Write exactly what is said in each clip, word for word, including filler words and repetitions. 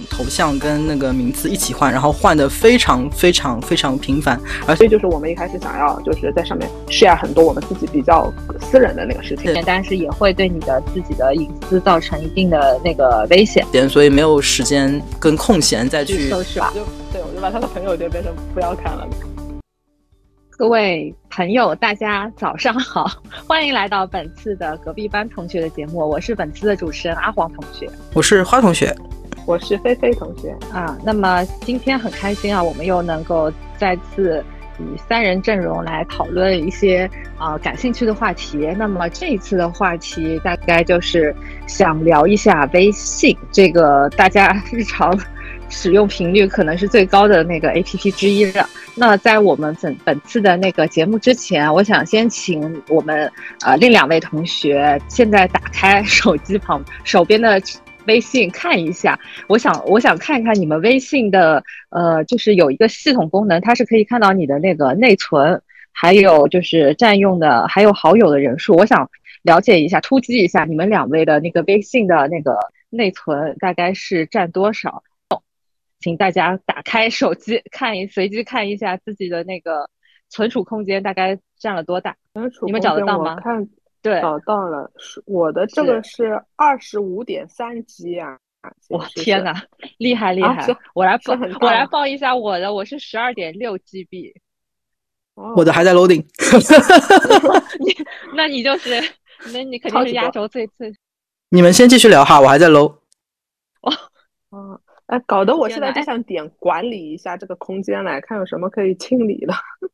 头像跟那个名字一起换，然后换的非常非常非常频繁。而所以就是我们一开始想要就是在上面 share 很多我们自己比较私人的那个事情， 但是也会对你的自己的隐私造成一定的那个危险， 所以没有时间跟空闲再去收拾吧。 就对，我就把他的朋友就变成不要看了。 各位朋友大家早上好，欢迎来到本次的隔壁班同学的节目，我是本次的主持人阿黄同学， 我是花同学， 我是菲菲同学啊。那么今天很开心啊，我们又能够再次以三人阵容来讨论一些啊、呃、感兴趣的话题。那么这一次的话题大概就是想聊一下微信，这个大家日常使用频率可能是最高的那个 A P P 之一了。那在我们本本次的那个节目之前，我想先请我们呃另两位同学现在打开手机旁手边的微信看一下。我想我想看一看你们微信的呃就是有一个系统功能，它是可以看到你的那个内存，还有就是占用的，还有好友的人数。我想了解一下，突击一下你们两位的那个微信的那个内存大概是占多少。请大家打开手机看一随机看一下自己的那个存储空间大概占了多大，你们找得到吗？ 我看对， 找到了，我的这个是二十五点三 G 啊！ 我天哪，厉害厉害！啊、我来报我来报一下我的，我是十二点六 G B， 我的还在 loading 你那你就是那你肯定是压轴最最。 你们先继续聊哈，我还在 load。 哦哦。哎，搞得我现在就想点管理一下这个空间来看有什么可以清理的。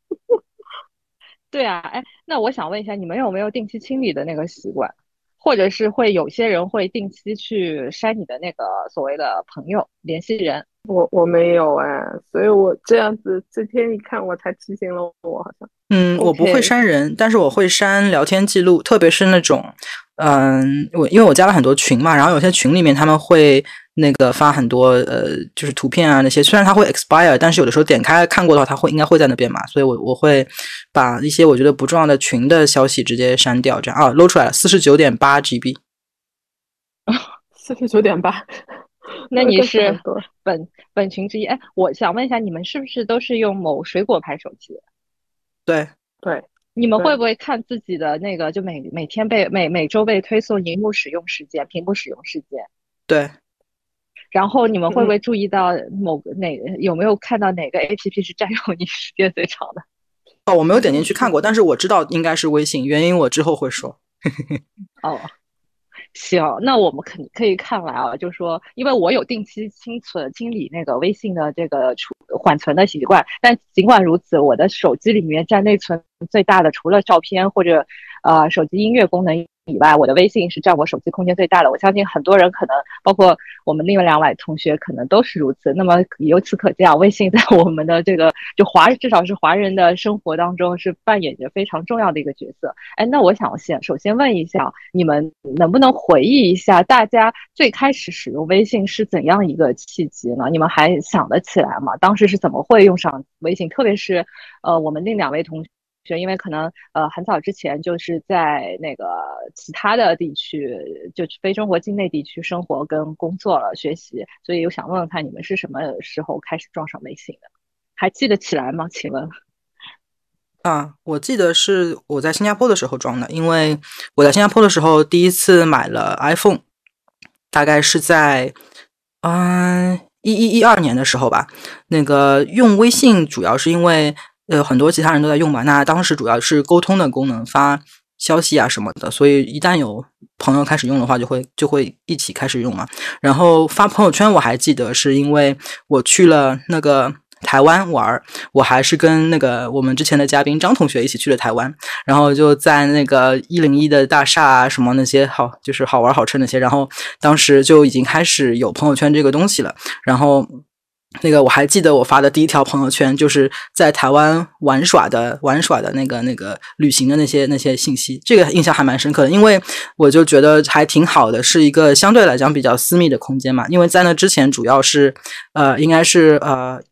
对啊，哎，那我想问一下，你们有没有定期清理的那个习惯，或者是会有些人会定期去删你的那个所谓的朋友联系人？ 我我没有哎，所以我这样子这天一看我才提醒了我，好像。 嗯， okay. 我不会删人，但是我会删聊天记录，特别是那种，嗯，我因为我加了很多群嘛，然后有些群里面他们会那个发很多呃，就是图片啊那些，虽然它会 expire， 但是有的时候点开看过的话，它会应该会在那边嘛，所以我我会把一些我觉得不重要的群的消息直接删掉，这样啊，露出来了 四十九点八 G B， 四十九点八。 那你是本本群之一。哎，我想问一下，你们是不是都是用某水果牌手机？ 对对。 你们会不会看自己的那个就每每天被每每周被推送荧幕使用时间、屏幕使用时间？ 对。 然后你们会不会注意到某个哪有没有看到哪个 A P P 是占用你时间最长的？ 哦，我没有点进去看过，但是我知道应该是微信，原因我之后会说。 哦。行，那我们肯可以看来啊，就是说，因为我有定期清存清理那个微信的这个储缓存的习惯，但尽管如此，我的手机里面占内存最大的，除了照片或者呃手机音乐功能以外，我的微信是占我手机空间最大的。我相信很多人可能，包括我们另外两位同学，可能都是如此。那么由此可见啊，微信在我们的这个就华至少是华人的生活当中是扮演着非常重要的一个角色。哎，那我想先首先问一下，你们能不能回忆一下大家最开始使用微信是怎样一个契机呢？你们还想得起来吗？当时是怎么会用上微信？特别是呃，我们另两位同学，因为可能呃很早之前就是在那个其他的地区，就是非中国境内地区生活跟工作了学习，所以我想问问看你们是什么时候开始装上微信的？还记得起来吗？请问？ 啊，我记得是我在新加坡的时候装的，因为我在新加坡的时候第一次买了 iPhone， 大概是在嗯一一一二年的时候吧。那个用微信主要是因为呃很多其他人都在用嘛，那当时主要是沟通的功能，发消息啊什么的，所以一旦有朋友开始用的话，就会就会一起开始用嘛。然后发朋友圈，我还记得是因为我去了那个台湾玩，我还是跟那个我们之前的嘉宾张同学一起去了台湾，然后就在那个一零一的大厦啊什么那些好就是好玩好吃那些，然后当时就已经开始有朋友圈这个东西了。然后那个我还记得我发的第一条朋友圈就是在台湾玩耍的玩耍的那个那个旅行的那些那些信息，这个印象还蛮深刻的，因为我就觉得还挺好的，是一个相对来讲比较私密的空间嘛。因为在那之前主要是呃应该是呃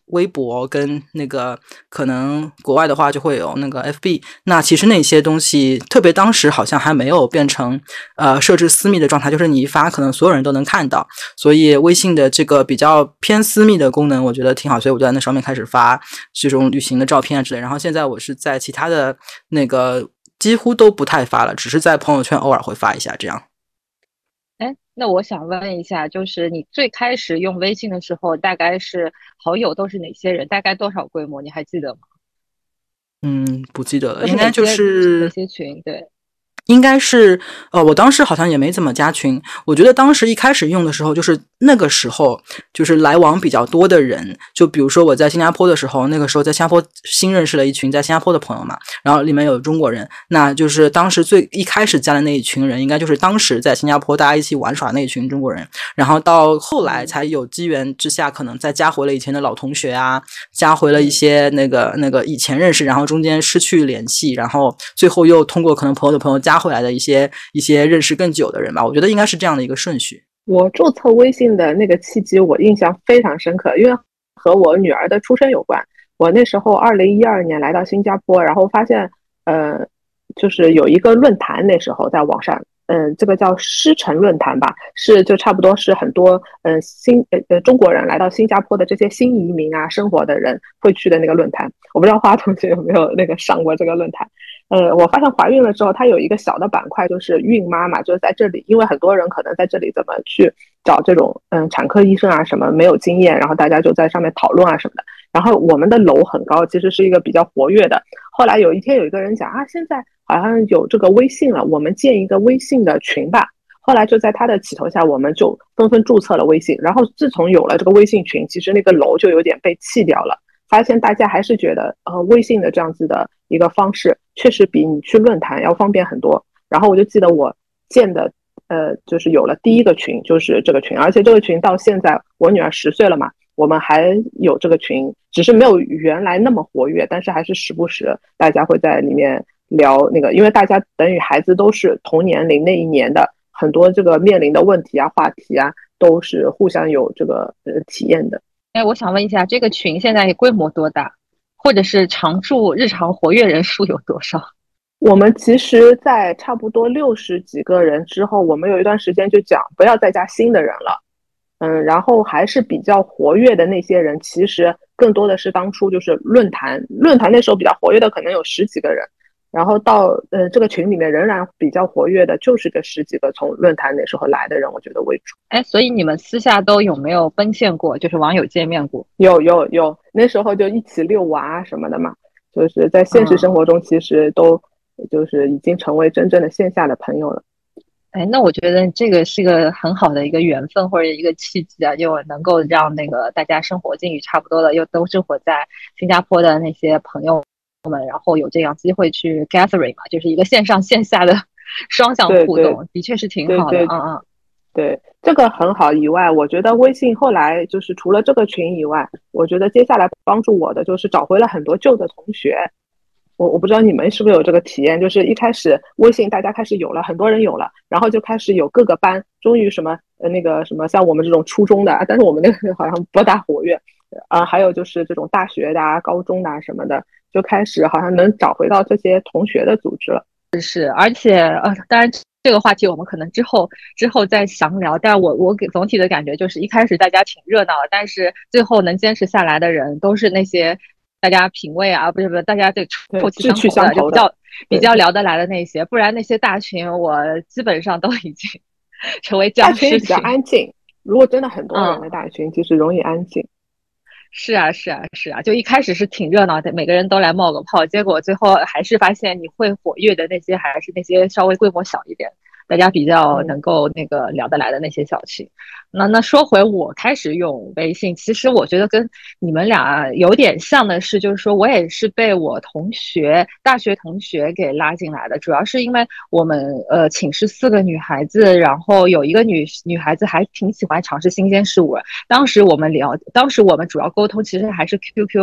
微博跟那个可能国外的话就会有那个 F B。那其实那些东西，特别当时好像还没有变成呃设置私密的状态，就是你一发可能所有人都能看到。所以微信的这个比较偏私密的功能，我觉得挺好，所以我就在那上面开始发这种旅行的照片啊之类。然后现在我是在其他的那个几乎都不太发了，只是在朋友圈偶尔会发一下这样。 哎，那我想问一下，就是你最开始用微信的时候，大概是好友都是哪些人？大概多少规模？你还记得吗？ 嗯，不记得了， 都是应该就哪些哪是些群？对。 应该是，呃，我当时好像也没怎么加群。我觉得当时一开始用的时候，就是那个时候，就是来往比较多的人。就比如说我在新加坡的时候，那个时候在新加坡新认识了一群在新加坡的朋友嘛，然后里面有中国人。那就是当时最一开始加的那一群人，应该就是当时在新加坡大家一起玩耍那一群中国人。然后到后来才有机缘之下，可能再加回了以前的老同学啊，加回了一些那个那个以前认识，然后中间失去联系，然后最后又通过可能朋友的朋友加回来的一些一些认识更久的人吧，我觉得应该是这样的一个顺序。 我注册微信的那个契机，我印象非常深刻，因为和我女儿的出生有关。我那时候二零一二年来到新加坡，然后发现，呃，就是有一个论坛，那时候在网上，嗯、呃，这个叫狮城论坛吧，是就差不多是很多嗯、呃、新呃呃中国人来到新加坡的这些新移民啊，生活的人会去的那个论坛。我不知道花同学有没有那个上过这个论坛。呃，我发现怀孕了之后，它有一个小的板块，就是孕妈妈，就是在这里，因为很多人可能在这里怎么去找这种嗯产科医生啊什么没有经验，然后大家就在上面讨论啊什么的。然后我们的楼很高，其实是一个比较活跃的。后来有一天有一个人讲啊，现在好像有这个微信了，我们建一个微信的群吧。后来就在他的起头下，我们就纷纷注册了微信。然后自从有了这个微信群，其实那个楼就有点被弃掉了。发现大家还是觉得呃微信的这样子的一个方式确实比你去论坛要方便很多。然后我就记得我建的呃就是有了第一个群，就是这个群，而且这个群到现在我女儿十岁了嘛，我们还有这个群，只是没有原来那么活跃，但是还是时不时大家会在里面聊那个，因为大家等于孩子都是同年龄那一年的，很多这个面临的问题啊话题啊都是互相有这个呃体验的。 哎，我想问一下，这个群现在规模多大，或者是常驻日常活跃人数有多少？ 我们其实在差不多六十几个人之后，我们有一段时间就讲不要再加新的人了。嗯，然后还是比较活跃的那些人，其实更多的是当初就是论坛，论坛那时候比较活跃的可能有十几个人，然后到呃这个群里面仍然比较活跃的就是这十几个从论坛那时候来的人，我觉得为主。 哎，所以你们私下都有没有奔现过，就是网友见面过？ 有有有，那时候就一起遛娃什么的嘛，就是在现实生活中其实都就是已经成为真正的线下的朋友了。 哎，那我觉得这个是个很好的一个缘分或者一个契机啊，就能够让那个大家生活境遇差不多的，又都生活在新加坡的那些朋友们，然后有这样机会去 gathering 嘛，就是一个线上线下的双向互动， 对对的确是挺对好的。 对嗯嗯， 对，这个很好。以外，我觉得微信后来就是除了这个群以外，我觉得接下来帮助我的就是找回了很多旧的同学。我我不知道你们是不是有这个体验，就是一开始微信大家开始有了，很多人有了，然后就开始有各个班，终于什么呃那个什么像我们这种初中的，但是我们那个好像不大活跃啊、呃，还有就是这种大学的啊、高中的啊什么的，就开始好像能找回到这些同学的组织了。 是，而且呃，当然这个话题我们可能之后之后再详聊，但我我给总体的感觉就是一开始大家挺热闹的，但是最后能坚持下来的人都是那些大家品味啊，不是不是，大家这臭气相投的，就比较比较聊得来的那些，不然那些大群我基本上都已经成为僵尸群。 大群比较安静，如果真的很多人的大群，其实容易安静。 是啊，是啊，是啊，就一开始是挺热闹的，每个人都来冒个泡，结果最后还是发现你会活跃的那些还是那些稍微规模小一点，大家比较能够那个聊得来的那些小群。那那说回我开始用微信，其实我觉得跟你们俩有点像的是，就是说我也是被我同学大学同学给拉进来的，主要是因为我们呃寝室四个女孩子，然后有一个女女孩子还挺喜欢尝试新鲜事物。当时我们聊，当时我们主要沟通其实还是 Q Q。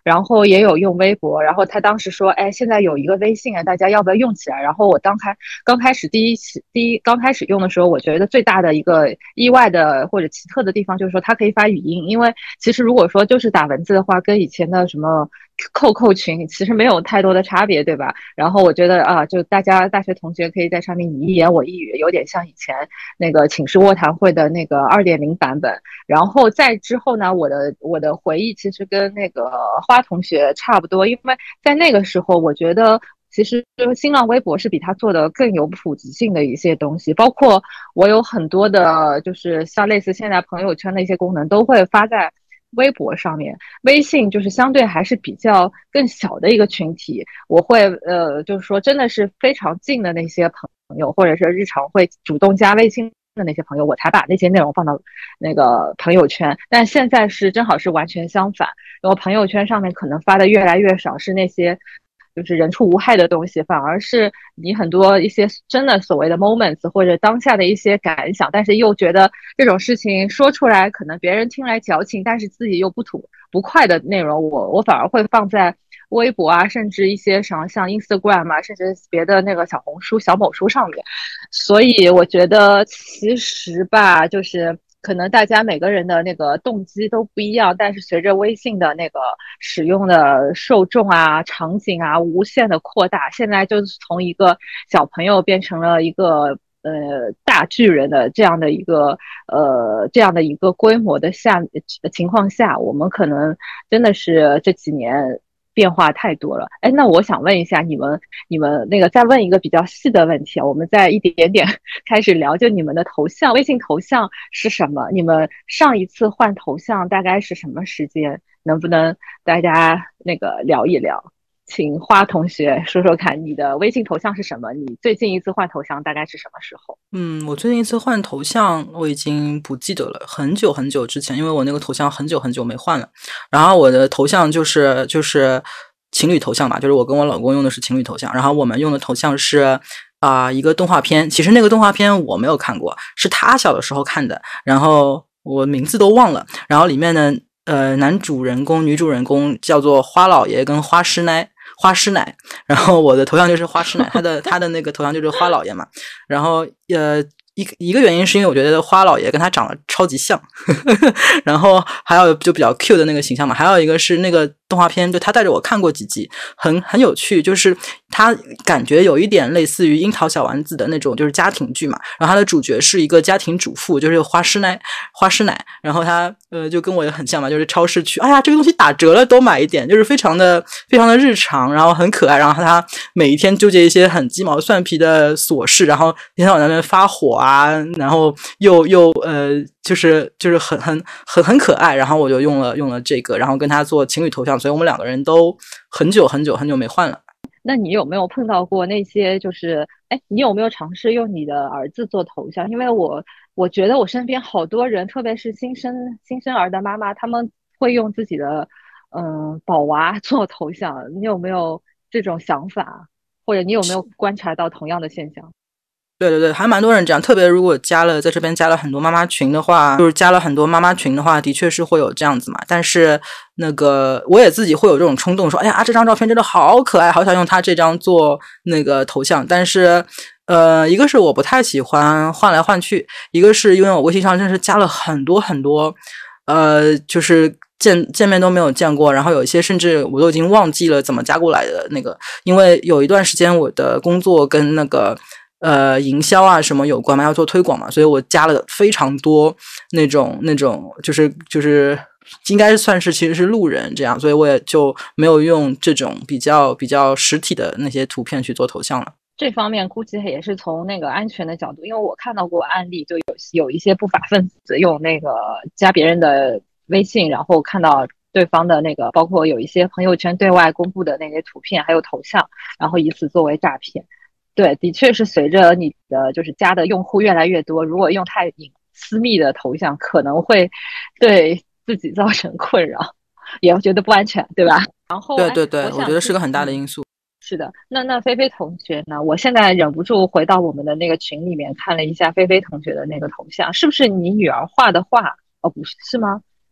然后也有用微博，然后他当时说，哎，现在有一个微信啊，大家要不要用起来？然后我刚开刚开始第一期第一刚开始用的时候，我觉得最大的一个意外的或者奇特的地方就是说它可以发语音，因为其实如果说就是打文字的话，跟以前的什么 Q Q 群其实没有太多的差别，对吧？然后我觉得啊，就大家大学同学可以在上面你一言我一语，有点像以前那个寝室卧谈会的那个二点零版本。然后再之后呢，我的我的回忆其实跟那个花同学差不多，因为在那个时候，我觉得其实新浪微博是比他做的更有普及性的一些东西，包括我有很多的，就是像类似现在朋友圈的一些功能都会发在微博上面。微信就是相对还是比较更小的一个群体，我会呃，就是说真的是非常近的那些朋友，或者是日常会主动加微信的那些朋友，我才把那些内容放到那个朋友圈。但现在是正好是完全相反，然后朋友圈上面可能发的越来越少是那些就是人畜无害的东西，反而是你很多一些真的所谓的 moments 或者当下的一些感想，但是又觉得这种事情说出来可能别人听来矫情，但是自己又不吐不快的内容，我我反而会放在微博啊，甚至一些什么像 Instagram 啊，甚至别的那个小红书、小某书上面。所以我觉得其实吧，就是可能大家每个人的那个动机都不一样，但是随着微信的那个使用的受众啊、场景啊无限的扩大，现在就是从一个小朋友变成了一个呃大巨人的这样的一个呃这样的一个规模的下情况下，我们可能真的是这几年变化太多了。哎，那我想问一下你们，你们那个再问一个比较细的问题啊，我们再一点点开始聊，就你们的头像，微信头像是什么？你们上一次换头像大概是什么时间？能不能大家那个聊一聊？请花同学说说看，你的微信头像是什么？你最近一次换头像大概是什么时候？ 嗯，我最近一次换头像我已经不记得了，很久很久之前，因为我那个头像很久很久没换了。然后我的头像就是就是情侣头像吧，就是我跟我老公用的是情侣头像，然后我们用的头像是啊、呃、一个动画片，其实那个动画片我没有看过，是他小的时候看的，然后我名字都忘了。然后里面呢，呃，男主人公、女主人公叫做花老爷跟花师奶。花师奶，然后我的头像就是花师奶，他的他的那个头像就是花老爷嘛。然后呃，一一个原因是因为我觉得花老爷跟他长得超级像，然后还有就比较 Q 的那个形象嘛。还有一个是那个动画片，就他带着我看过几集，很很有趣，就是他感觉有一点类似于樱桃小丸子的那种，就是家庭剧嘛。然后他的主角是一个家庭主妇，就是花师奶，花师奶。然后他呃就跟我也很像嘛，就是超市去，哎呀这个东西打折了，多买一点，就是非常的非常的日常，然后很可爱。然后他每一天纠结一些很鸡毛蒜皮的琐事，然后一天到晚在那边发火啊，然后又又呃就是就是很很很很可爱。然后我就用了用了这个，然后跟他做情侣头像，所以我们两个人都很久很久很久没换了。 那你有没有碰到过那些就是，哎，你有没有尝试用你的儿子做头像？因为我我觉得我身边好多人，特别是新生新生儿的妈妈，他们会用自己的嗯、呃宝娃做头像。你有没有这种想法？或者你有没有观察到同样的现象？ 对对对，还蛮多人这样，特别如果加了在这边加了很多妈妈群的话，就是加了很多妈妈群的话，的确是会有这样子嘛。但是那个我也自己会有这种冲动，说哎呀，这张照片真的好可爱，好想用它这张做那个头像。但是呃，一个是我不太喜欢换来换去，一个是因为我微信上真是加了很多很多，呃，就是见见面都没有见过，然后有一些甚至我都已经忘记了怎么加过来的那个，因为有一段时间我的工作跟那个。呃，营销啊什么有关嘛，要做推广嘛，所以我加了非常多那种那种，就是就是应该算是其实是路人这样，所以我也就没有用这种比较比较实体的那些图片去做头像了。 这方面估计也是从那个安全的角度，因为我看到过案例，就有有一些不法分子用那个加别人的微信，然后看到对方的那个，包括有一些朋友圈对外公布的那些图片还有头像，然后以此作为诈骗。对，的确是随着你的就是加的用户越来越多，如果用太隐私密的头像，可能会对自己造成困扰，也觉得不安全，对吧？然后，哎， 对对对， 我想我觉得是个很大的嗯， 因素。 是的，那那菲菲同学呢？我现在忍不住回到我们的那个群里面看了一下菲菲同学的那个头像，是不是你女儿画的画？哦，不是，是吗？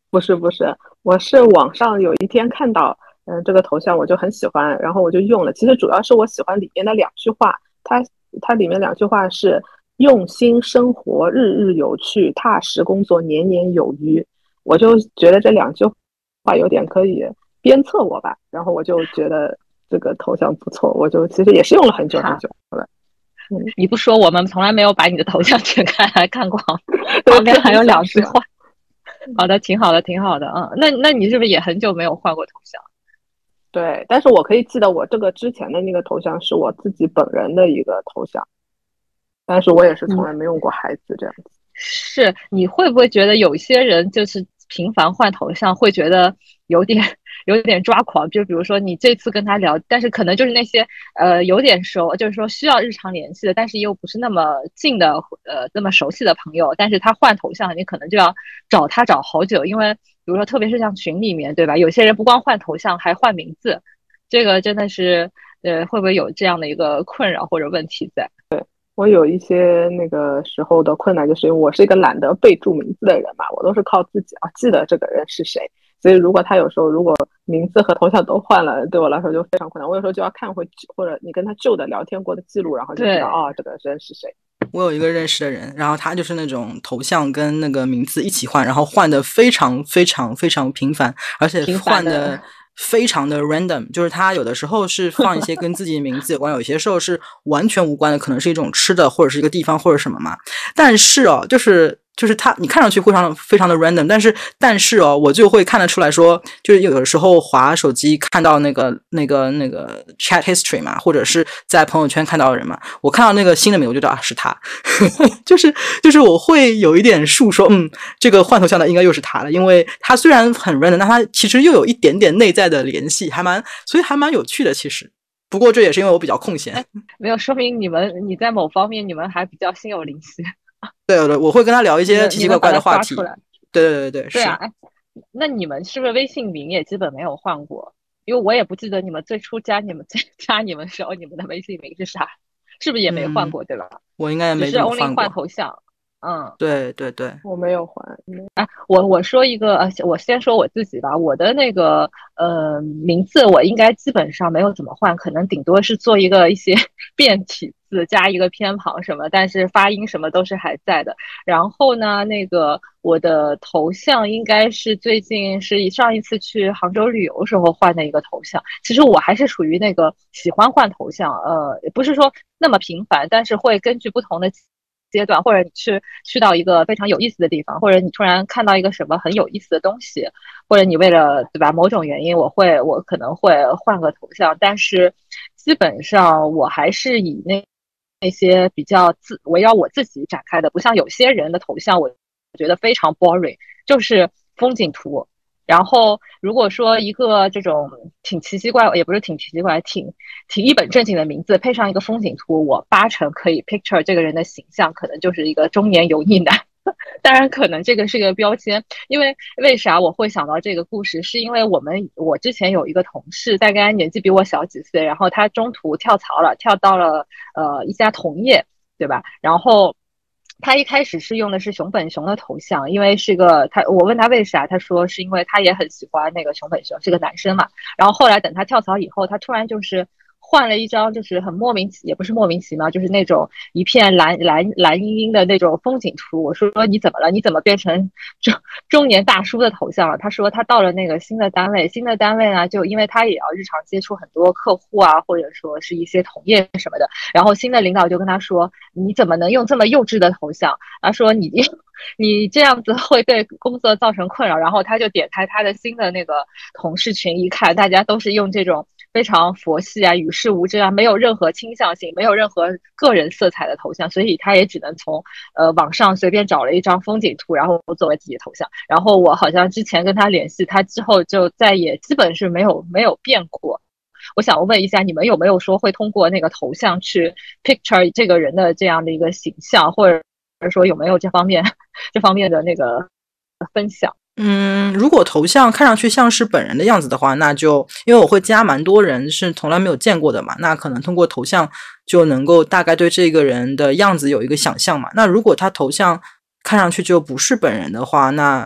不是不是，我是网上有一天看到，嗯、呃，这个头像我就很喜欢，然后我就用了。其实主要是我喜欢里面的两句话，它它里面两句话是用心生活，日日有趣；踏实工作，年年有余。我就觉得这两句话有点可以鞭策我吧，然后我就觉得这个头像不错，我就其实也是用了很久很久了。 嗯，你不说，我们从来没有把你的头像点开来看过，旁边还有两句话。好的，挺好的，挺好的。嗯，那那你是不是也很久没有换过头像？ 对，但是我可以记得我这个之前的那个头像是我自己本人的一个头像，但是我也是从来没用过孩子这样子。嗯、 是，你会不会觉得有些人就是频繁换头像，会觉得有点有点抓狂？就比如说你这次跟他聊，但是可能就是那些呃有点熟，就是说需要日常联系的，但是又不是那么近的呃那么熟悉的朋友，但是他换头像，你可能就要找他找好久，因为比如说特别是像群里面，对吧？有些人不光换头像，还换名字，这个真的是呃会不会有这样的一个困扰或者问题在？ 对。我有一些那个时候的困难，就是因为我是一个懒得备注名字的人嘛，我都是靠自己啊记得这个人是谁。所以如果他有时候如果名字和头像都换了，对我来说就非常困难。我有时候就要看回或者你跟他旧的聊天过的记录，然后就知道哦这个人是谁。 我有一个认识的人，然后他就是那种头像跟那个名字一起换，然后换的非常非常非常频繁，而且换的非常的 random， 就是他有的时候是放一些跟自己的名字有关，有些时候是完全无关的，可能是一种吃的或者是一个地方或者什么嘛。但是哦，就是就是他你看上去非常非常的 random， 但是但是哦，我就会看得出来说，就是有的时候滑手机看到那个那个那个 chat history 嘛，或者是在朋友圈看到的人嘛，我看到那个新的名，我就知道啊是他，就是就是我会有一点数说，嗯，这个换头像的应该又是他了，因为他虽然很 random， 但他其实又有一点点内在的联系，还蛮所以还蛮有趣的其实。不过这也是因为我比较空闲， 没有说明你们你在某方面你们还比较心有灵犀。 对对，我会跟他聊一些奇奇怪怪的话题。对对对对， 对啊，哎，那你们是不是微信名也基本没有换过？因为我也不记得你们最初加你们加你们的时候，你们的微信名是啥？是不是也没换过？嗯、对吧？ 我应该也没怎么换过。 只是 only 换头像。嗯， 对对对， 我没有换。 哎，我我说一个，呃，我先说我自己吧。我的那个呃名字，我应该基本上没有怎么换，可能顶多是做一个一些变体字，加一个偏旁什么，但是发音什么都是还在的。然后呢，那个我的头像应该是最近是上一次去杭州旅游时候换的一个头像。其实我还是属于那个喜欢换头像，呃，不是说那么频繁，但是会根据不同的阶段，或者你去去到一个非常有意思的地方，或者你突然看到一个什么很有意思的东西，或者你为了对吧某种原因，我会我可能会换个头像，但是基本上我还是以那那些比较自围绕我自己展开的，不像有些人的头像，我觉得非常 boring， 就是风景图。然后，如果说一个这种挺奇奇怪，也不是挺奇奇怪，挺挺一本正经的名字，配上一个风景图，我八成可以 picture 这个人的形象，可能就是一个中年油腻男。当然，可能这个是个标签，因为为啥我会想到这个故事，是因为我们我之前有一个同事，大概年纪比我小几岁，然后他中途跳槽了，跳到了呃一家同业，对吧？然后。他一开始是用的是熊本熊的头像，因为是个他，我问他为啥，他说是因为他也很喜欢那个熊本熊，是个男生嘛。然后后来等他跳槽以后，他突然就是换了一张，就是很莫名其也不是莫名其妙，就是那种一片蓝蓝蓝茵茵的那种风景图。我说你怎么了？你怎么变成中中年大叔的头像了？他说他到了那个新的单位，新的单位呢，就因为他也要日常接触很多客户啊，或者说是一些同业什么的。然后新的领导就跟他说：“你怎么能用这么幼稚的头像？”他说你你这样子会对工作造成困扰。然后他就点开他的新的那个同事群一看，大家都是用这种非常佛系啊、与世无争啊、没有任何倾向性、没有任何个人色彩的头像，所以他也只能从呃网上随便找了一张风景图，然后作为自己的头像。然后我好像之前跟他联系，他之后就再也基本是没有没有变过。我想问一下，你们有没有说会通过那个头像去 picture 这个人的这样的一个形象，或者说有没有这方面这方面的那个分享？ 嗯，如果头像看上去像是本人的样子的话，那就因为我会加蛮多人是从来没有见过的嘛，那可能通过头像就能够大概对这个人的样子有一个想象嘛。那如果他头像看上去就不是本人的话，那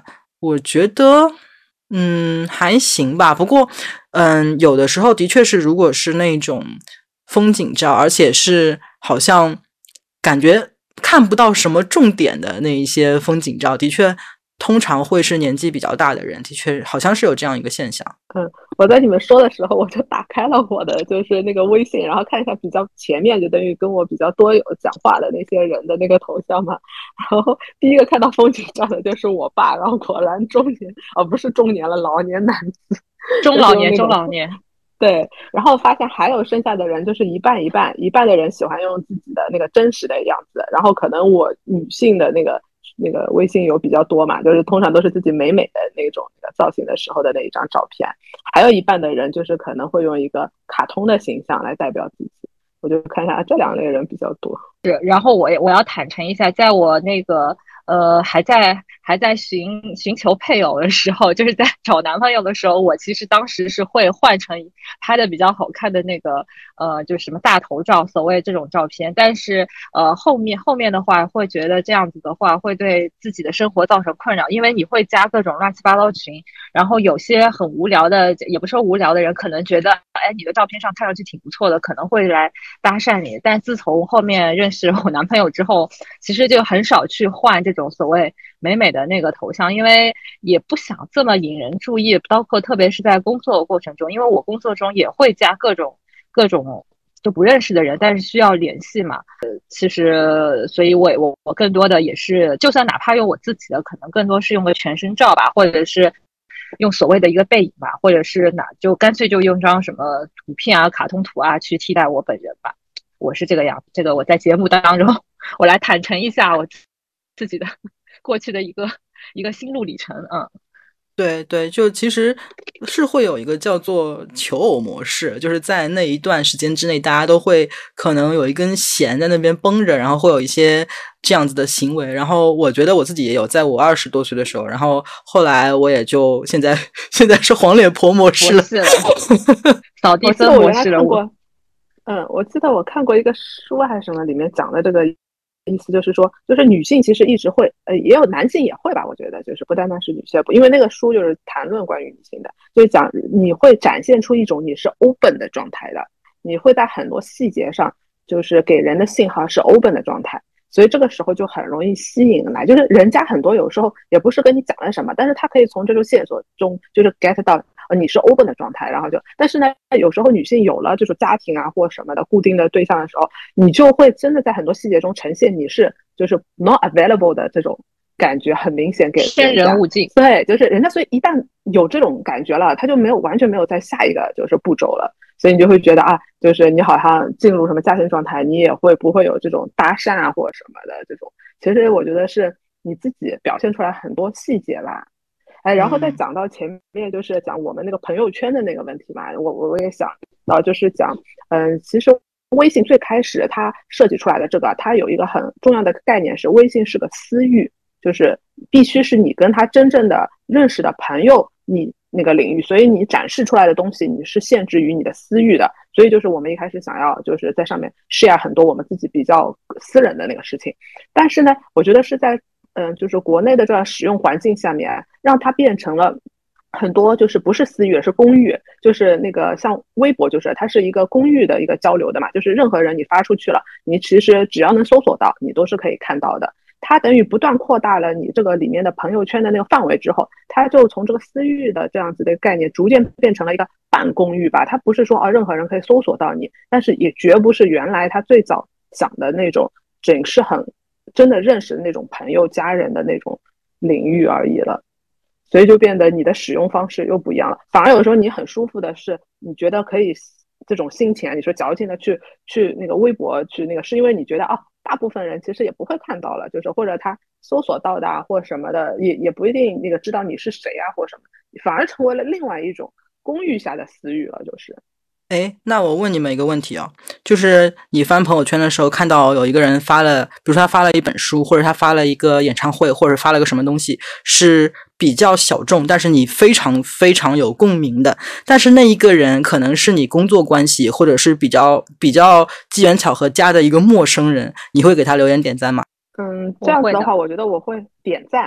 我觉得嗯还行吧，不过嗯有的时候的确是，如果是那种风景照，而且是好像感觉看不到什么重点的那一些风景照，的确通常会是年纪比较大的人，的确好像是有这样一个现象。 嗯，我在你们说的时候，我就打开了我的就是那个微信，然后看一下比较前面，就等于跟我比较多有讲话的那些人的那个头像嘛。然后第一个看到风景照的就是我爸，然后果然中年，哦，不是中年了，老年男子， 中老年，中老年。 对，然后发现还有剩下的人就是一半一半，一半的人喜欢用自己的那个真实的样子，然后可能我女性的那个那个微信有比较多嘛，就是通常都是自己美美的那种那个造型的时候的那一张照片，还有一半的人就是可能会用一个卡通的形象来代表自己，我就看一下这两类人比较多。 是，然后我我要坦诚一下，在我那个呃还在还在寻寻求配偶的时候，就是在找男朋友的时候，我其实当时是会换成拍的比较好看的那个呃就是什么大头照，所谓这种照片。但是呃后面后面的话会觉得这样子的话会对自己的生活造成困扰，因为你会加各种乱七八糟群，然后有些很无聊的，也不是说无聊的人，可能觉得哎你的照片上看上去挺不错的，可能会来搭讪你。但自从后面认识我男朋友之后，其实就很少去换这种所谓美美的那个头像，因为也不想这么引人注意，包括特别是在工作过程中，因为我工作中也会加各种各种就不认识的人，但是需要联系嘛。呃，其实所以我我我更多的也是，就算哪怕用我自己的，可能更多是用个全身照吧，或者是用所谓的一个背影吧，或者是哪就干脆就用张什么图片啊、卡通图啊去替代我本人吧。我是这个样子，这个我在节目当中，我来坦诚一下我自己的过去的一个一个心路历程。嗯， 对对，就其实是会有一个叫做求偶模式，就是在那一段时间之内，大家都会可能有一根弦在那边绷着，然后会有一些这样子的行为。然后我觉得我自己也有，在我二十多岁的时候，然后后来我也就现在现在是黄脸婆模式了， 扫地僧模式了。我嗯，我记得我看过一个书还是什么，里面讲的这个意思就是说，就是女性其实一直会，呃，也有男性也会吧，我觉得就是不单单是女性，因为那个书就是谈论关于女性的，就是讲你会展现出一种你是 open 的状态的，你会在很多细节上就是给人的信号是 open 的状态，所以这个时候就很容易吸引来，就是人家很多有时候也不是跟你讲了什么，但是他可以从这种线索中就是 get 到。呃，你是 open 的状态，然后就，但是呢，有时候女性有了这种家庭啊或什么的固定的对象的时候，你就会真的在很多细节中呈现你是就是 not available 的这种感觉，很明显给人天人勿近。 对，就是人家，所以一旦有这种感觉了，他就没有完全没有在下一个就是步骤了，所以你就会觉得啊，就是你好像进入什么家庭状态，你也会不会有这种搭讪啊或者什么的这种，其实我觉得是你自己表现出来很多细节吧。哎，然后再讲到前面，就是讲我们那个朋友圈的那个问题嘛，我我我也想到，就是讲，嗯，其实微信最开始它设计出来的这个，它有一个很重要的概念是，微信是个私域，就是必须是你跟他真正的认识的朋友，你那个领域，所以你展示出来的东西，你是限制于你的私域的，所以就是我们一开始想要就是在上面 share 很多我们自己比较私人的那个事情，但是呢，我觉得是在嗯，就是国内的这个使用环境下面，让它变成了很多就是不是私域，是公域，就是那个像微博，就是它是一个公域的一个交流的嘛，就是任何人你发出去了，你其实只要能搜索到，你都是可以看到的。它等于不断扩大了你这个里面的朋友圈的那个范围之后，它就从这个私域的这样子的概念，逐渐变成了一个半公域吧。它不是说啊任何人可以搜索到你，但是也绝不是原来它最早想的那种，仅是很真的认识的那种朋友家人的那种领域而已了，所以就变得你的使用方式又不一样了。反而有时候你很舒服的是，你觉得可以这种心情啊，你说矫情的去去那个微博去那个，是因为你觉得啊，大部分人其实也不会看到了，就是或者他搜索到的、啊、或什么的，也也不一定那个知道你是谁啊或什么，反而成为了另外一种公寓下的私域了，就是。 哎，那我问你们一个问题啊，就是你翻朋友圈的时候，看到有一个人发了，比如说他发了一本书，或者他发了一个演唱会，或者发了个什么东西，是比较小众，但是你非常非常有共鸣的，但是那一个人可能是你工作关系，或者是比较比较机缘巧合加的一个陌生人，你会给他留言点赞吗？ 嗯，这样子的话，我觉得我会点赞。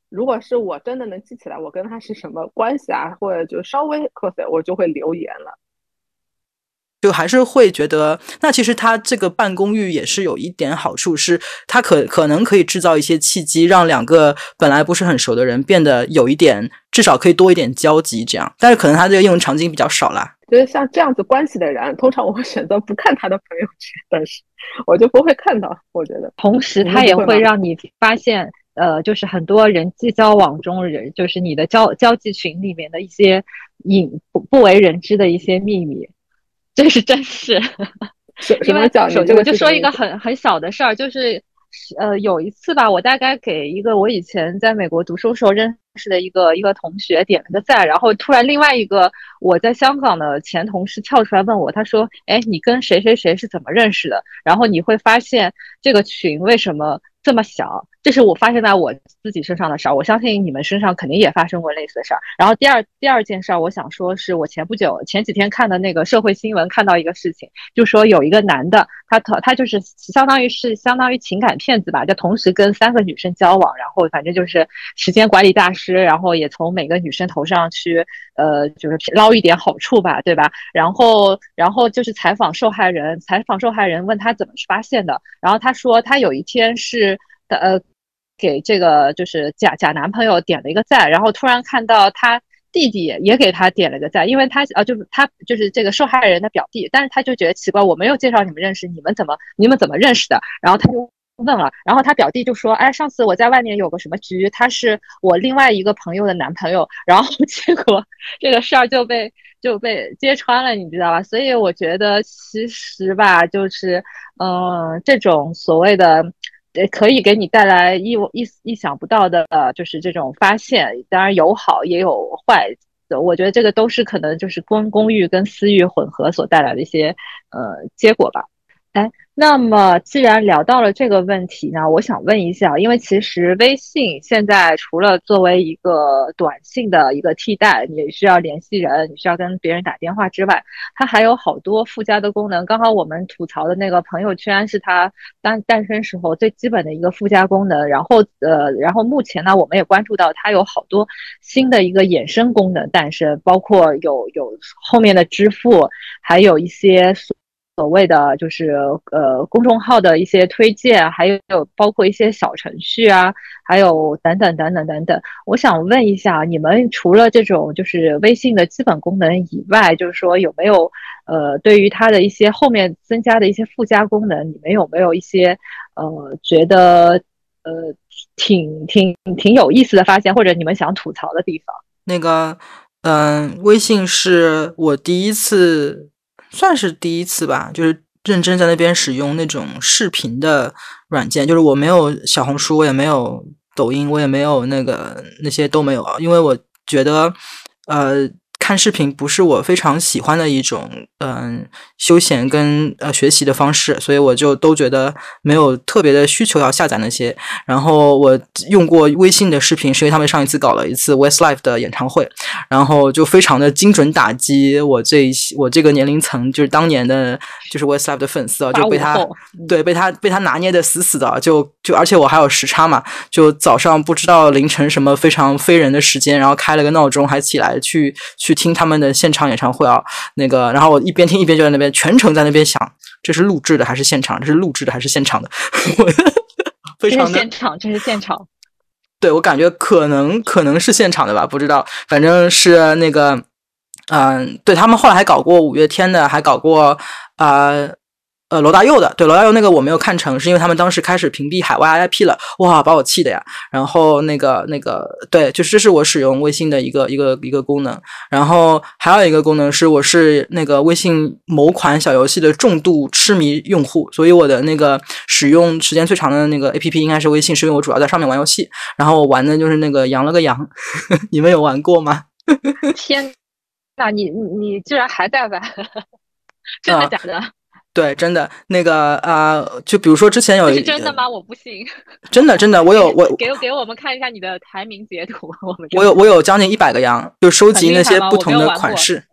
如果是我真的能记起来我跟他是什么关系啊，或者就稍微 close， 我就会留言了。 就还是会觉得，那其实它这个办公寓也是有一点好处，是它可可能可以制造一些契机，让两个本来不是很熟的人变得有一点，至少可以多一点交集这样。但是可能它这个应用场景比较少啦。 就是像这样子关系的人，通常我会选择不看他的朋友圈，但是我就不会看到。我觉得， 同时它也会让你发现，呃，就是很多人际交往中人，就是你的交交际群里面的一些隐不不为人知的一些秘密。这是真是，因为首先我就说一个很很小的事儿，就是呃有一次吧，我大概给一个我以前在美国读书时候认识的一个一个同学点了个赞，然后突然另外一个我在香港的前同事跳出来问我，他说：“哎，你跟谁谁谁是怎么认识的？”然后你会发现这个群为什么这么小，这是我发现在我自己身上的事儿，我相信你们身上肯定也发生过类似的事儿。然后第二第二件事儿，我想说是我前不久前几天看的那个社会新闻，看到一个事情，就说有一个男的，他他就是相当于是相当于情感骗子吧，就同时跟三个女生交往，然后反正就是时间管理大师，然后也从每个女生头上去呃就是捞一点好处吧，对吧？然后然后就是采访受害人，采访受害人问他怎么发现的，然后他说他有一天是呃。给这个就是假假男朋友点了一个赞，然后突然看到他弟弟也给他点了个赞，因为他呃就是他就是这个受害人的表弟，但是他就觉得奇怪，我没有介绍你们认识，你们怎么你们怎么认识的？然后他就问了，然后他表弟就说：“哎，上次我在外面有个什么局，他是我另外一个朋友的男朋友。”然后结果这个事儿就被就被揭穿了，你知道吧？所以我觉得其实吧，就是嗯、呃，这种所谓的。可以给你带来意意意想不到的，呃，就是这种发现。当然有好也有坏，我觉得这个都是可能就是公公寓跟私域混合所带来的一些呃结果吧。哎，那么既然聊到了这个问题呢，我想问一下，因为其实微信现在除了作为一个短信的一个替代，你需要联系人，你需要跟别人打电话之外，它还有好多附加的功能。刚刚我们吐槽的那个朋友圈是它诞诞生时候最基本的一个附加功能，然后呃，然后目前呢，我们也关注到它有好多新的一个衍生功能诞生，包括有有后面的支付，还有一些所谓的就是呃公众号的一些推荐，还有包括一些小程序啊，还有等等等等等等。我想问一下，你们除了这种就是微信的基本功能以外，就是说有没有呃对于它的一些后面增加的一些附加功能，你们有没有一些呃觉得呃挺挺挺有意思的发现，或者你们想吐槽的地方？ 那个嗯、呃，微信是我第一次。算是第一次吧，就是认真在那边使用那种视频的软件，就是我没有小红书，我也没有抖音，我也没有那个那些都没有啊，因为我觉得呃看视频不是我非常喜欢的一种嗯、呃、休闲跟呃学习的方式，所以我就都觉得没有特别的需求要下载那些。然后我用过微信的视频，是因为他们上一次搞了一次 Westlife 的演唱会，然后就非常的精准打击我这我这个年龄层，就是当年的就是 Westlife 的粉丝啊，就被他对被他被他拿捏的死死的，就就而且我还有时差嘛，就早上不知道凌晨什么非常非人的时间，然后开了个闹钟还起来去去听他们的现场演唱会啊，那个然后我一边听一边就在那边全程在那边想，这是录制的还是现场？这是录制的还是现场的？非常的这是现场，这是现场。 对，我感觉可能可能是现场的吧，不知道，反正是那个，嗯、呃，对他们后来还搞过五月天的，还搞过呃呃罗大佑的，对罗大佑那个我没有看成，是因为他们当时开始屏蔽海外 I P 了，哇，把我气的呀。然后那个那个对，就是这是我使用微信的一个一个一个功能。然后还有一个功能是，我是那个微信某款小游戏的重度痴迷用户，所以我的那个使用时间最长的那个 A P P 应该是微信，是因为我主要在上面玩游戏。然后我玩的就是那个羊了个羊，你们有玩过吗？ 天哪，你你你居然还在玩？真的假的？啊对，真的那个啊、呃，就比如说之前有是真的吗？我不信。 真的真的，我有我给给我们看一下你的排名截图。我们我有我有将近一百个羊，就收集那些不同的款式。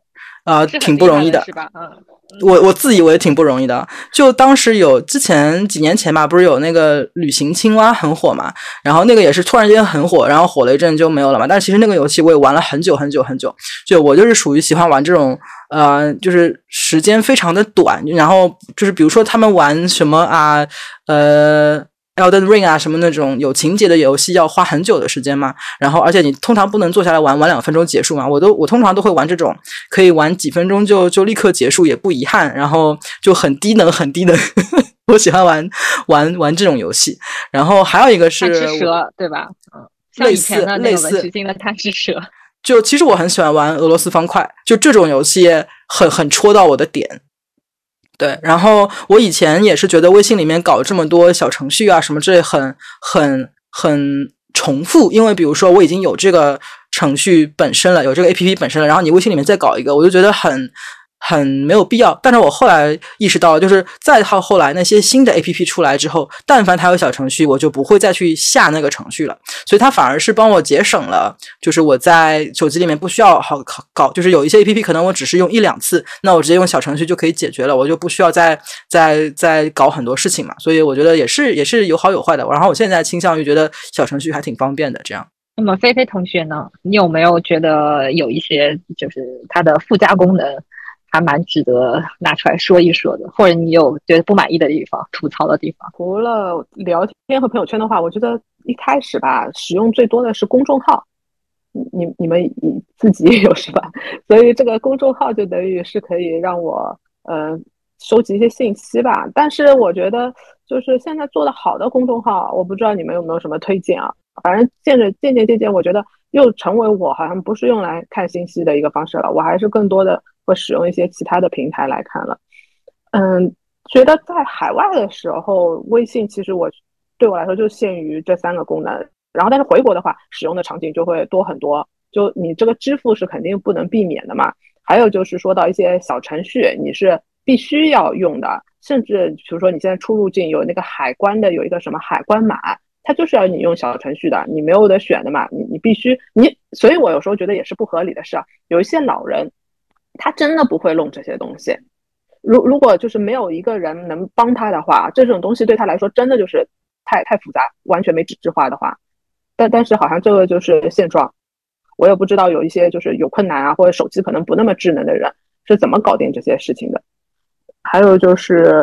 呃，挺不容易的， 是吧？嗯。 我我自以为挺不容易的，就当时有之前几年前吧，不是有那个旅行青蛙很火嘛，然后那个也是突然间很火，然后火了一阵就没有了嘛。但是其实那个游戏我也玩了很久很久很久，就我就是属于喜欢玩这种呃，就是时间非常的短，然后就是比如说他们玩什么啊，呃。Elden Ring 啊，什么那种有情节的游戏要花很久的时间嘛，然后而且你通常不能坐下来玩玩两分钟结束嘛，我都我通常都会玩这种可以玩几分钟就就立刻结束也不遗憾，然后就很低能很低能，我喜欢玩玩玩这种游戏。然后还有一个是贪吃蛇，对吧？嗯，像以前的那个文曲星的贪吃蛇。 就其实我很喜欢玩俄罗斯方块，就这种游戏很很戳到我的点。对，然后我以前也是觉得微信里面搞这么多小程序啊什么之类很很很重复，因为比如说我已经有这个程序本身了，有这个 A P P 本身了，然后你微信里面再搞一个，我就觉得很很没有必要。但是我后来意识到，就是再到后来那些新的 A P P 出来之后，但凡它有小程序，我就不会再去下那个程序了，所以它反而是帮我节省了，就是我在手机里面不需要好搞，就是有一些 A P P 可能我只是用一两次，那我直接用小程序就可以解决了，我就不需要再再再搞很多事情嘛。所以我觉得也是也是有好有坏的。然后我现在倾向于觉得小程序还挺方便的这样。 那么菲菲同学呢，你有没有觉得有一些就是它的附加功能还蛮值得拿出来说一说的，或者你有觉得不满意的地方、吐槽的地方？ 除了聊天和朋友圈的话，我觉得一开始吧，使用最多的是公众号。你你们自己也有是吧？所以这个公众号就等于是可以让我呃收集一些信息吧。但是我觉得就是现在做的好的公众号，我不知道你们有没有什么推荐啊？反正渐着渐渐渐渐，我觉得又成为我好像不是用来看信息的一个方式了，我还是更多的会使用一些其他的平台来看了。嗯，觉得在海外的时候，微信其实我对我来说就限于这三个功能。然后，但是回国的话，使用的场景就会多很多。就你这个支付是肯定不能避免的嘛。还有就是说到一些小程序，你是必须要用的，甚至比如说你现在出入境有那个海关的有一个什么海关码，它就是要你用小程序的，你没有得选的嘛，你你必须你。所以我有时候觉得也是不合理的事啊。有一些老人，他真的不会弄这些东西。如如果就是没有一个人能帮他的话，这种东西对他来说真的就是太太复杂，完全没纸质化的话。但但是好像这个就是现状，我也不知道有一些就是有困难啊，或者手机可能不那么智能的人是怎么搞定这些事情的。还有就是，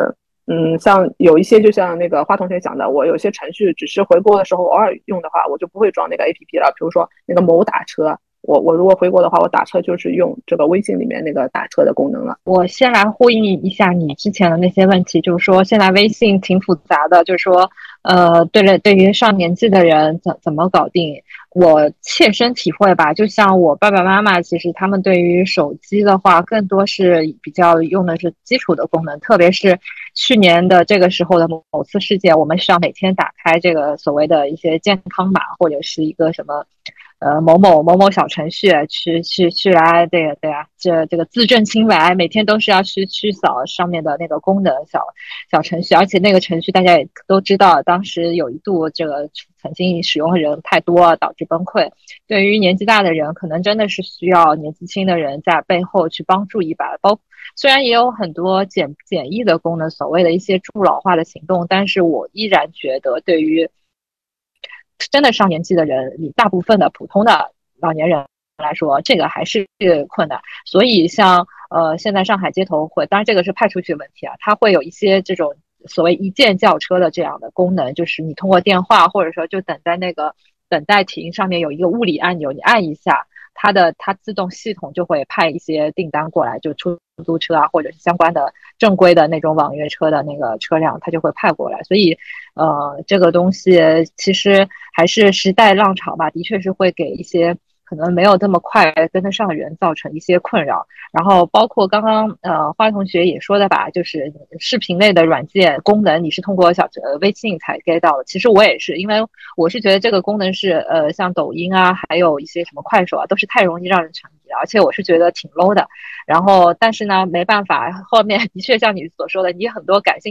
嗯，像有一些就像那个花同学讲的，我有些程序只是回国的时候偶尔用的话，我就不会装那个 A P P 了。比如说那个某打车，我我如果回国的话，我打车就是用这个微信里面那个打车的功能了。 我先来呼应一下你之前的那些问题，就是说现在微信挺复杂的，就是说呃，对了，对于上年纪的人怎怎么搞定，我切身体会吧。就像我爸爸妈妈，其实他们对于手机的话，更多是比较用的是基础的功能，特别是去年的这个时候的某某次事件，我们需要每天打开这个所谓的一些健康码或者是一个什么。呃，某某某某小程序去去去来，对呀对呀，这这个自证清白，每天都是要去去扫上面的那个功能小小程序，而且那个程序大家也都知道，当时有一度这个曾经使用的人太多，导致崩溃。对于年纪大的人，可能真的是需要年纪轻的人在背后去帮助一把。包虽然也有很多简简易的功能，所谓的一些助老化的行动，但是我依然觉得对于真的上年纪的人，你大部分的普通的老年人来说，这个还是困难。所以像呃，现在上海街头会，当然这个是派出去的问题啊，它会有一些这种所谓一键叫车的这样的功能，就是你通过电话或者说就等在那个等待亭上面有一个物理按钮，你按一下。它的它自动系统就会派一些订单过来，就出租车啊，或者是相关的正规的那种网约车的那个车辆，它就会派过来。所以，呃，这个东西其实还是时代浪潮吧，的确是会给一些可能没有这么快跟得上的人造成一些困扰。然后包括刚刚呃花同学也说的吧，就是视频类的软件功能，你是通过小呃微信才 get 到的。其实我也是，因为我是觉得这个功能是呃像抖音啊，还有一些什么快手啊，都是太容易让人沉迷了，而且我是觉得挺 low 的。然后但是呢，没办法，后面的确像你所说的，你很多感兴趣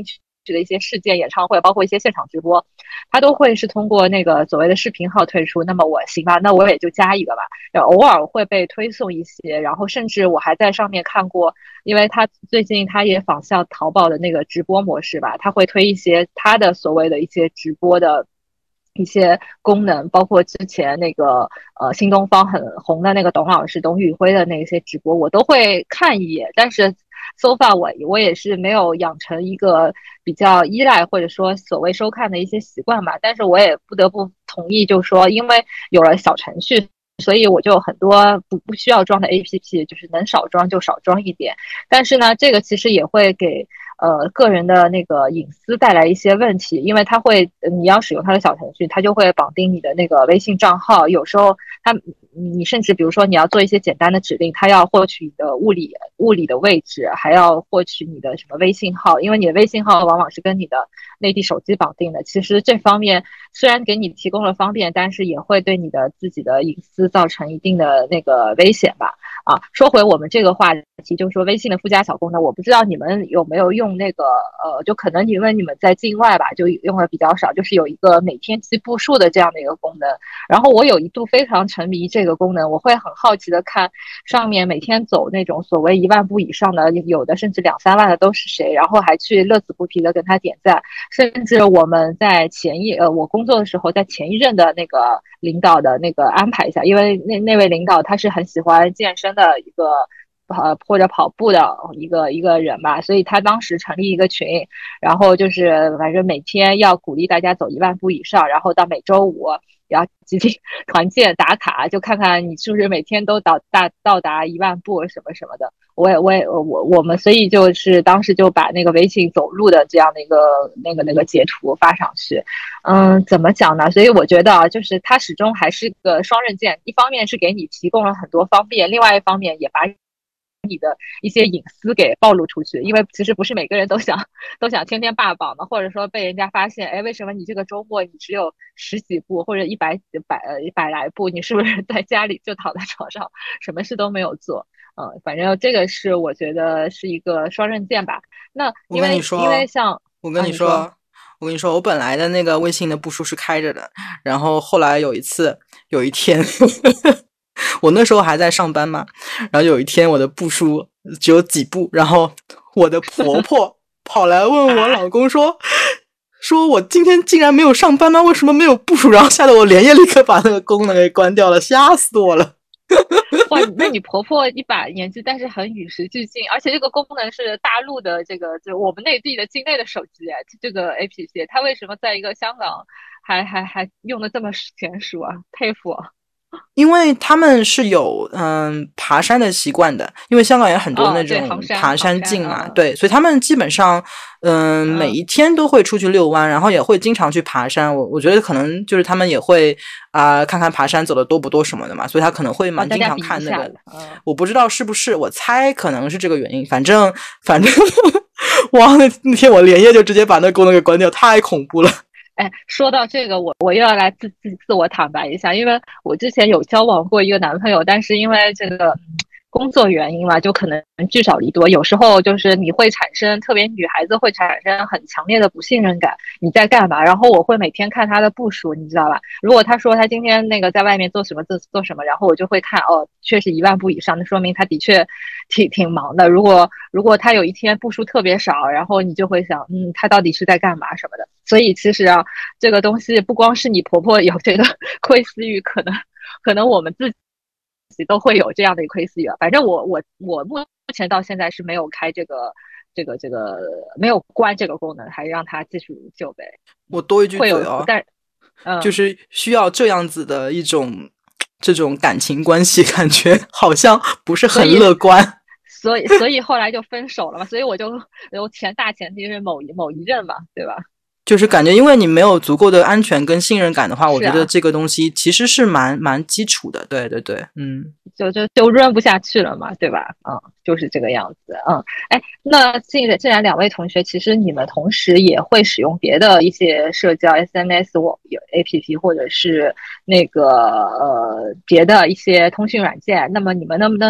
的一些事件、演唱会，包括一些现场直播，它都会是通过那个所谓的视频号推出。那么我行吧，那我也就加一个吧。然后偶尔会被推送一些，然后甚至我还在上面看过，因为他最近他也仿效淘宝的那个直播模式吧，他会推一些他的所谓的一些直播的一些功能，包括之前那个呃新东方很红的那个董老师董宇辉的那些直播，我都会看一眼。但是 so far 我我也是没有养成一个比较依赖或者说所谓收看的一些习惯吧。但是我也不得不同意，就是说因为有了小程序，所以我就很多不不需要装的 A P P， 就是能少装就少装一点。但是呢，这个其实也会给呃个人的那个隐私带来一些问题，因为它会你要使用它的小程序，它就会绑定你的那个微信账号，有时候它你甚至比如说你要做一些简单的指令，它要获取你的物理物理的位置，还要获取你的什么微信号，因为你的微信号往往是跟你的内地手机绑定的。其实这方面虽然给你提供了方便，但是也会对你的自己的隐私造成一定的那个危险吧。啊，说回我们这个话题，就是说微信的附加小功能，我不知道你们有没有用那个呃，就可能因为你们在境外吧，就用的比较少，就是有一个每天记步数的这样的一个功能。然后我有一度非常沉迷这个功能，我会很好奇的看上面每天走那种所谓一万步以上的，有的甚至两三万的都是谁，然后还去乐此不疲的跟他点赞，甚至我们在前一呃我工作的时候，在前一任的那个领导的那个安排下，因为那那位领导他是很喜欢健身的一个呃或者跑步的一个一个人吧，所以他当时成立一个群，然后就是反正每天要鼓励大家走一万步以上，然后到每周五要集体团建打卡，就看看你是不是每天都到达到达一万步什么什么的。我也我也我我们所以就是当时就把那个微信走路的这样的一个那个那个截图发上去。嗯，怎么讲呢？所以我觉得啊，就是它始终还是个双刃剑，一方面是给你提供了很多方便，另外一方面也把你的一些隐私给暴露出去，因为其实不是每个人都想都想天天霸榜的，或者说被人家发现，哎，为什么你这个周末你只有十几步或者一百百呃一百来步，你是不是在家里就躺在床上，什么事都没有做？嗯，反正这个是我觉得是一个双刃剑吧。那我因为跟你说， 因为像我跟啊， 你说， 你说我跟你说，我本来的那个微信的步数是开着的，然后后来有一次，有一天，我那时候还在上班嘛，然后有一天我的步数只有几步，然后我的婆婆跑来问我老公说。说我今天竟然没有上班吗？为什么没有步数？然后吓得我连夜立刻把那个功能给关掉了，吓死我了。 哇，那你婆婆一把年纪，但是很与时俱进，而且这个功能是大陆的这个，就我们内地的境内的手机，这个 A P P， 它为什么在一个香港还还还用的这么娴熟啊？佩服啊！ 因为他们是有嗯爬山的习惯的，因为香港有很多那种爬山径嘛， 哦、 对, 对，所以他们基本上嗯每一天都会出去遛弯，然后也会经常去爬山。我我觉得可能就是他们也会啊、呃、看看爬山走的多不多什么的嘛，所以他可能会蛮经常看那个。 哦、 我不知道是不是，我猜可能是这个原因。反正反正哇，那那天我连夜就直接把那功能给关掉，太恐怖了。 哎，说到这个，我我又要来自自自我坦白一下，因为我之前有交往过一个男朋友，但是因为这个工作原因嘛，就可能聚少离多，有时候就是你会产生，特别女孩子会产生很强烈的不信任感，你在干嘛？然后我会每天看他的步数，你知道吧？如果他说他今天那个在外面做什么做做什么，然后我就会看，哦，确实一万步以上，那说明他的确挺挺忙的。如果如果他有一天步数特别少，然后你就会想，嗯，他到底是在干嘛什么的。所以其实啊，这个东西不光是你婆婆有这个窥私欲，可能可能我们自己都会有这样的窥私欲。反正我我我目前到现在是没有开这个这个这个没有关这个功能，还让它继续如旧呗。 我多一句嘴哦， 但嗯， 就是需要这样子的一种这种感情关系，感觉好像不是很乐观。 所以所以所以后来就分手了嘛。所以我就有前大前提是某一某一任嘛，对吧？ 就是感觉因为你没有足够的安全跟信任感的话，我觉啊、 得这个东西其实是蛮蛮基础的。对对对，嗯， 就就就润不下去了嘛，对吧？嗯，就是这个样子。嗯，哎，那既然既然两位同学，其实你们同时也会使用别的一些社交 S N S 网有 A P P 或者是那个呃别的一些通讯软件，那么你们能不能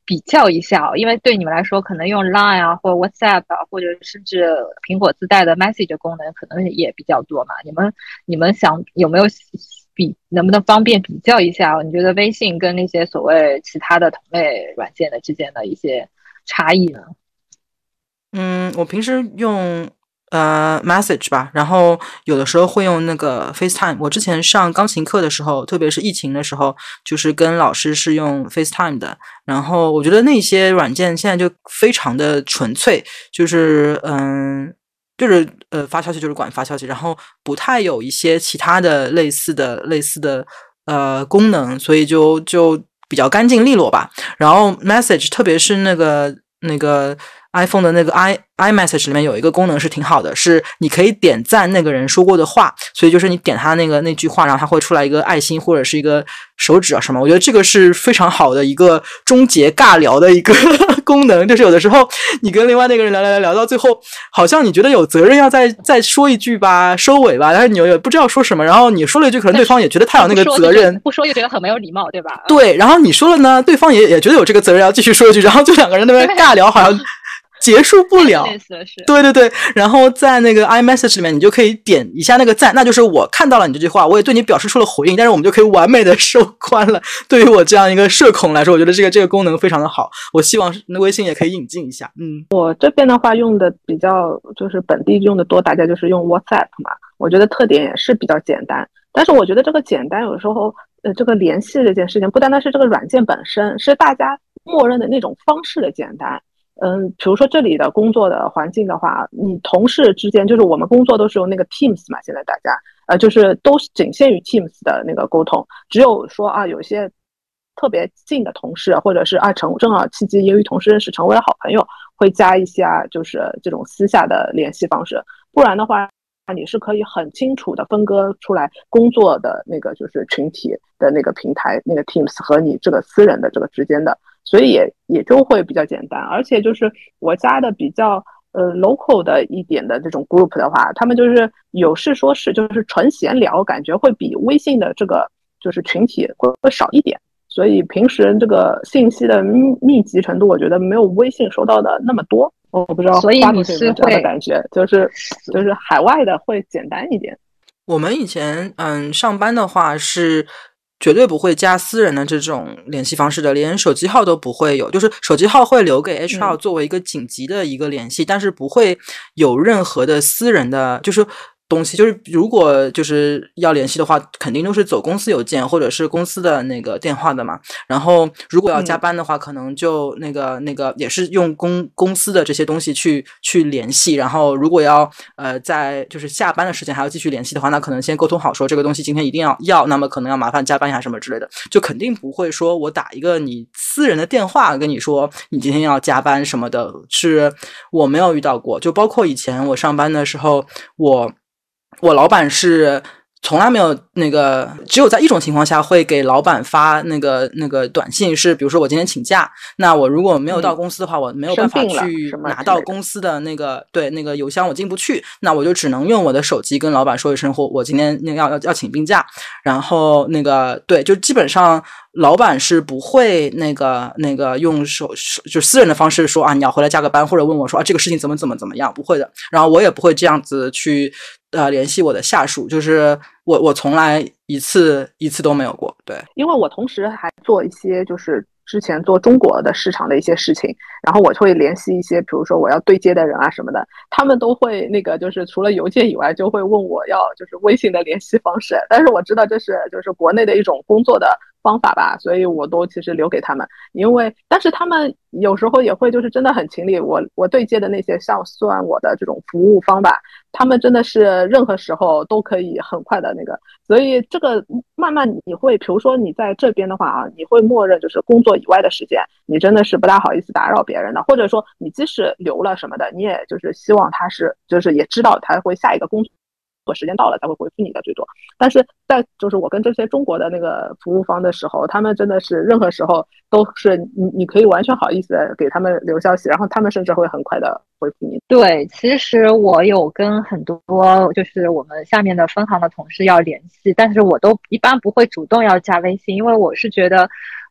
比较一下，因为对你们来说，可能用 Line 啊，或者 WhatsApp 啊，或者甚至苹果自带的 Message 功能，可能也比较多嘛。你们你们想有没有比能不能方便比较一下？你觉得微信跟那些所谓其他的同类软件的之间的一些差异呢？ 嗯，我平时用呃 Message 吧，然后有的时候会用那个 FaceTime。我之前上钢琴课的时候，特别是疫情的时候，就是跟老师是用 FaceTime 的。然后我觉得那些软件现在就非常的纯粹，就是嗯。就是呃发消息就是管发消息，然后不太有一些其他的类似的类似的呃功能，所以就就比较干净利落吧。然后 Message 特别是那个那个 iPhone 的那个 i iMessage 里面有一个功能是挺好的，是你可以点赞那个人说过的话，所以就是你点他那个那句话，然后他会出来一个爱心或者是一个手指啊什么。我觉得这个是非常好的一个终结尬聊的一个功能，就是有的时候你跟另外那个人聊聊聊聊到最后，好像你觉得有责任要再再说一句吧，收尾吧，但是你又不知道说什么，然后你说了一句，可能对方也觉得他有那个责任， 不说又觉得很没有礼貌，对吧？ 对，然后你说了呢，对方也也觉得有这个责任要继续说一句，然后就两个人那边尬聊，好像结束不了。对对对，然后在那个 iMessage 里面，你就可以点一下那个赞，那就是我看到了你这句话，我也对你表示出了回应，但是我们就可以完美的收官了。对于我这样一个社恐来说，我觉得这个这个功能非常的好，我希望微信也可以引进一下。嗯， 我这边的话用的比较就是本地用的多，大家就是用 WhatsApp 嘛，我觉得特点也是比较简单，但是我觉得这个简单有时候呃这个联系这件事情不单单是这个软件本身，是大家默认的那种方式的简单。嗯，比如说这里的工作的环境的话，你同事之间，就是我们工作都是用那个 Teams 嘛，现在大家呃就是都仅限于 Teams 的那个沟通，只有说啊有些特别近的同事，或者是啊成正好契机由于同事认识成为了好朋友，会加一下就是这种私下的联系方式，不然的话你是可以很清楚的分割出来工作的那个就是群体的那个平台那个 Teams 和你这个私人的这个之间的，所以也也就会比较简单。而且就是我加的比较呃 local 的一点的这种 group 的话，他们就是有事说事，就是纯闲聊，感觉会比微信的这个就是群体会会少一点。所以平时这个信息的密集程度，我觉得没有微信收到的那么多。我不知道花蜜是有没有这样的感觉，就是就是海外的会简单一点。 我们以前嗯上班的话是绝对不会加私人的这种联系方式的，连手机号都不会有，就是手机号会留给 H R 作为一个紧急的一个联系，嗯、但是不会有任何的私人的，就是东西，就是如果就是要联系的话，肯定都是走公司邮件或者是公司的那个电话的嘛。然后如果要加班的话，嗯、可能就那个那个也是用公公司的这些东西去去联系。然后如果要呃在就是下班的时间还要继续联系的话，那可能先沟通好说这个东西今天一定要要，那么可能要麻烦加班呀什么之类的，就肯定不会说我打一个你私人的电话跟你说你今天要加班什么的，是我没有遇到过。就包括以前我上班的时候，我。我老板是从来没有那个，只有在一种情况下会给老板发那个那个短信，是比如说我今天请假，那我如果没有到公司的话，嗯、我没有办法去拿到公司的那个对那个邮箱，我进不去，那我就只能用我的手机跟老板说一声，或我今天那个要要要请病假，然后那个对，就基本上。老板是不会那个那个用手就私人的方式说啊，你要回来加个班，或者问我说啊这个事情怎么怎么怎么样，不会的。然后我也不会这样子去呃联系我的下属，就是我我从来一次一次都没有过。对， 因为我同时还做一些就是之前做中国的市场的一些事情，然后我会联系一些比如说我要对接的人啊什么的，他们都会那个就是除了邮件以外就会问我要就是微信的联系方式，但是我知道这是就是国内的一种工作的方法吧，所以我都其实留给他们，因为但是他们有时候也会就是真的很勤力，我我对接的那些像算我的这种服务方吧，他们真的是任何时候都可以很快的那个，所以这个慢慢你会比如说你在这边的话啊，你会默认就是工作以外的时间你真的是不大好意思打扰别人的，或者说你即使留了什么的，你也就是希望他是就是也知道他会下一个工作时间到了才会回复你的最多，但是在就是我跟这些中国的那个服务方的时候，他们真的是任何时候都是你你可以完全好意思给他们留消息，然后他们甚至会很快的回复你。 对，其实我有跟很多就是我们下面的分行的同事要联系，但是我都一般不会主动要加微信，因为我是觉得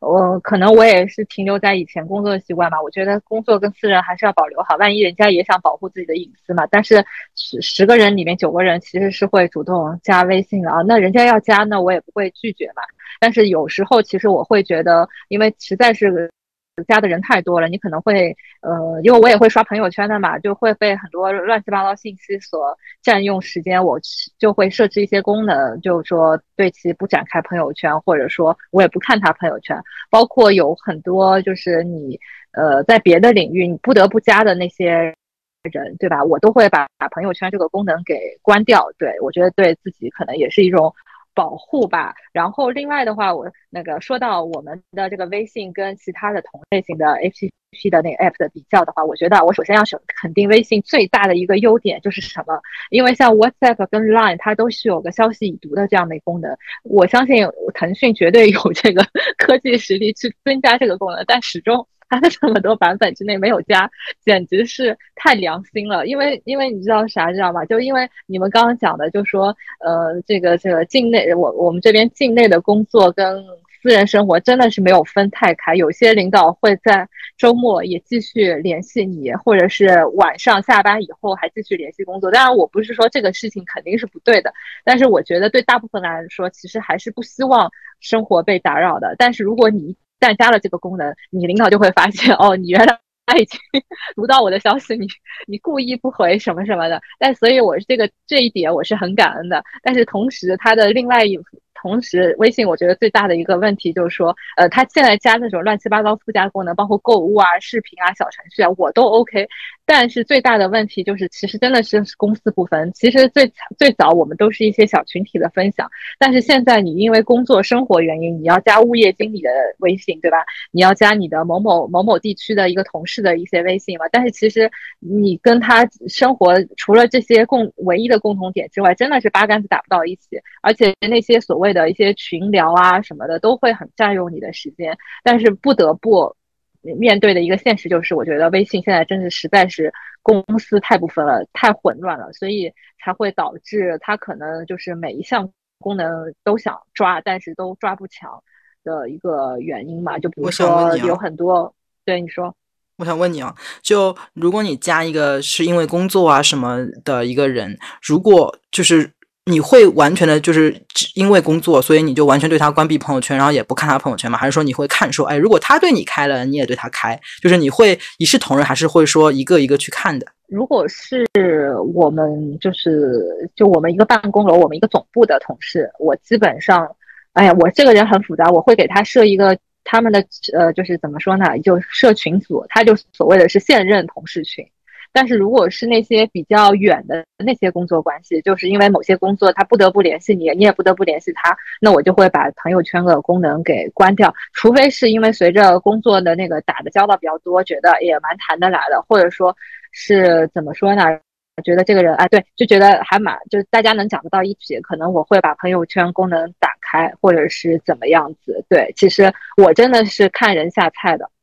我可能我也是停留在以前工作的习惯嘛，我觉得工作跟私人还是要保留好，万一人家也想保护自己的隐私嘛。但是十十个人里面九个人其实是会主动加微信的啊，那人家要加呢，我也不会拒绝嘛。但是有时候其实我会觉得，因为实在是加的人太多了，你可能会呃，因为我也会刷朋友圈的嘛，就会被很多乱七八糟信息所占用时间，我就会设置一些功能，就是说对其不展开朋友圈，或者说我也不看他朋友圈，包括有很多就是你呃在别的领域你不得不加的那些人，对吧？我都会把把朋友圈这个功能给关掉。对，我觉得对自己可能也是一种保护吧。然后另外的话，我那个说到我们的这个微信跟其他的同类型的 A P P 的那个 App 的比较的话，我觉得我首先要肯定微信最大的一个优点就是什么？因为像 WhatsApp 跟 Line 它都是有个消息已读的这样的功能，我相信腾讯绝对有这个科技实力去增加这个功能，但始终它的这么多版本之内没有加，简直是太良心了。因为因为你知道啥知道吗？就因为你们刚刚讲的，就说呃这个这个境内我我们这边境内的工作跟私人生活真的是没有分太开，有些领导会在周末也继续联系你，或者是晚上下班以后还继续联系工作。当然，我不是说这个事情肯定是不对的，但是我觉得对大部分来说，其实还是不希望生活被打扰的。但是如果你一旦加了这个功能，你领导就会发现，哦，你原来他已经读到我的消息，你你故意不回什么什么的。但所以，我这个这一点我是很感恩的。但是同时，它的另外一同时，微信我觉得最大的一个问题就是说，呃，它现在加那种乱七八糟附加功能，包括购物啊、视频啊、小程序啊，我都 OK。但是最大的问题就是，其实真的是公私不分。其实最最早我们都是一些小群体的分享，但是现在你因为工作生活原因，你要加物业经理的微信，对吧？你要加你的某某某某地区的一个同事的一些微信嘛。但是其实你跟他生活除了这些共唯一的共同点之外，真的是八竿子打不到一起。而且那些所谓的一些群聊啊什么的，都会很占用你的时间。但是不得不面对的一个现实就是，我觉得微信现在真是实在是公司太不分了，太混乱了，所以才会导致它可能就是每一项功能都想抓，但是都抓不强的一个原因嘛。就比如我想问说有你啊， 很多，对你说。 我想问你啊，就如果你加一个是因为工作啊什么的一个人，如果就是你会完全的就是因为工作，所以你就完全对他关闭朋友圈，然后也不看他朋友圈吗？还是说你会看说，哎，如果他对你开了，你也对他开？就是你会一视同仁，还是会说一个一个去看的？ 如果是我们就是就我们一个办公楼，我们一个总部的同事，我基本上，哎呀，我这个人很复杂，我会给他设一个他们的呃，就是怎么说呢，就设群组，他就所谓的是现任同事群。但是如果是那些比较远的那些工作关系，就是因为某些工作他不得不联系你，你也不得不联系他，那我就会把朋友圈的功能给关掉。除非是因为随着工作的那个打的交道比较多，觉得也蛮谈得来的，或者说是怎么说呢？觉得这个人啊，对，就觉得还蛮，就是大家能讲得到一起，可能我会把朋友圈功能打开，或者是怎么样子。对，其实我真的是看人下菜的。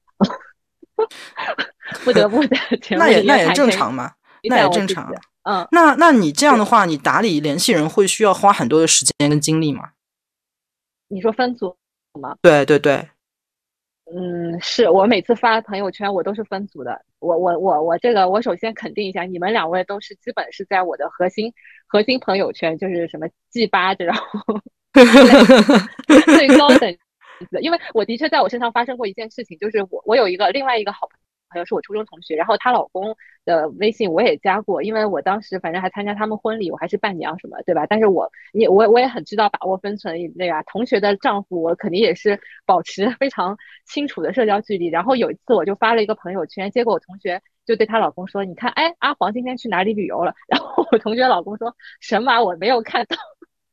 不得不在前那也那也面也坦诚正常嘛，那也一下我自己。 正常。 嗯， 那那你这样的话，你打理联系人会需要花很多的时间跟精力吗？ 你说分组吗？ 对对对， 嗯，是我每次发朋友圈我都是分组的。我我我我这个我首先肯定一下，你们两位都是基本是在我的核心核心朋友圈，就是什么 G 八这种最高等的。因为我的确在我身上发生过一件事情，就是我我有一个另外一个好朋友是我初中同学，然后她老公的微信我也加过，因为我当时反正还参加他们婚礼，我还是伴娘什么，对吧？但是我你我我也很知道把握分寸，对吧？同学的丈夫我肯定也是保持非常清楚的社交距离。然后有一次我就发了一个朋友圈，结果我同学就对她老公说：“你看，哎，阿黄今天去哪里旅游了？”然后我同学老公说什么我没有看到。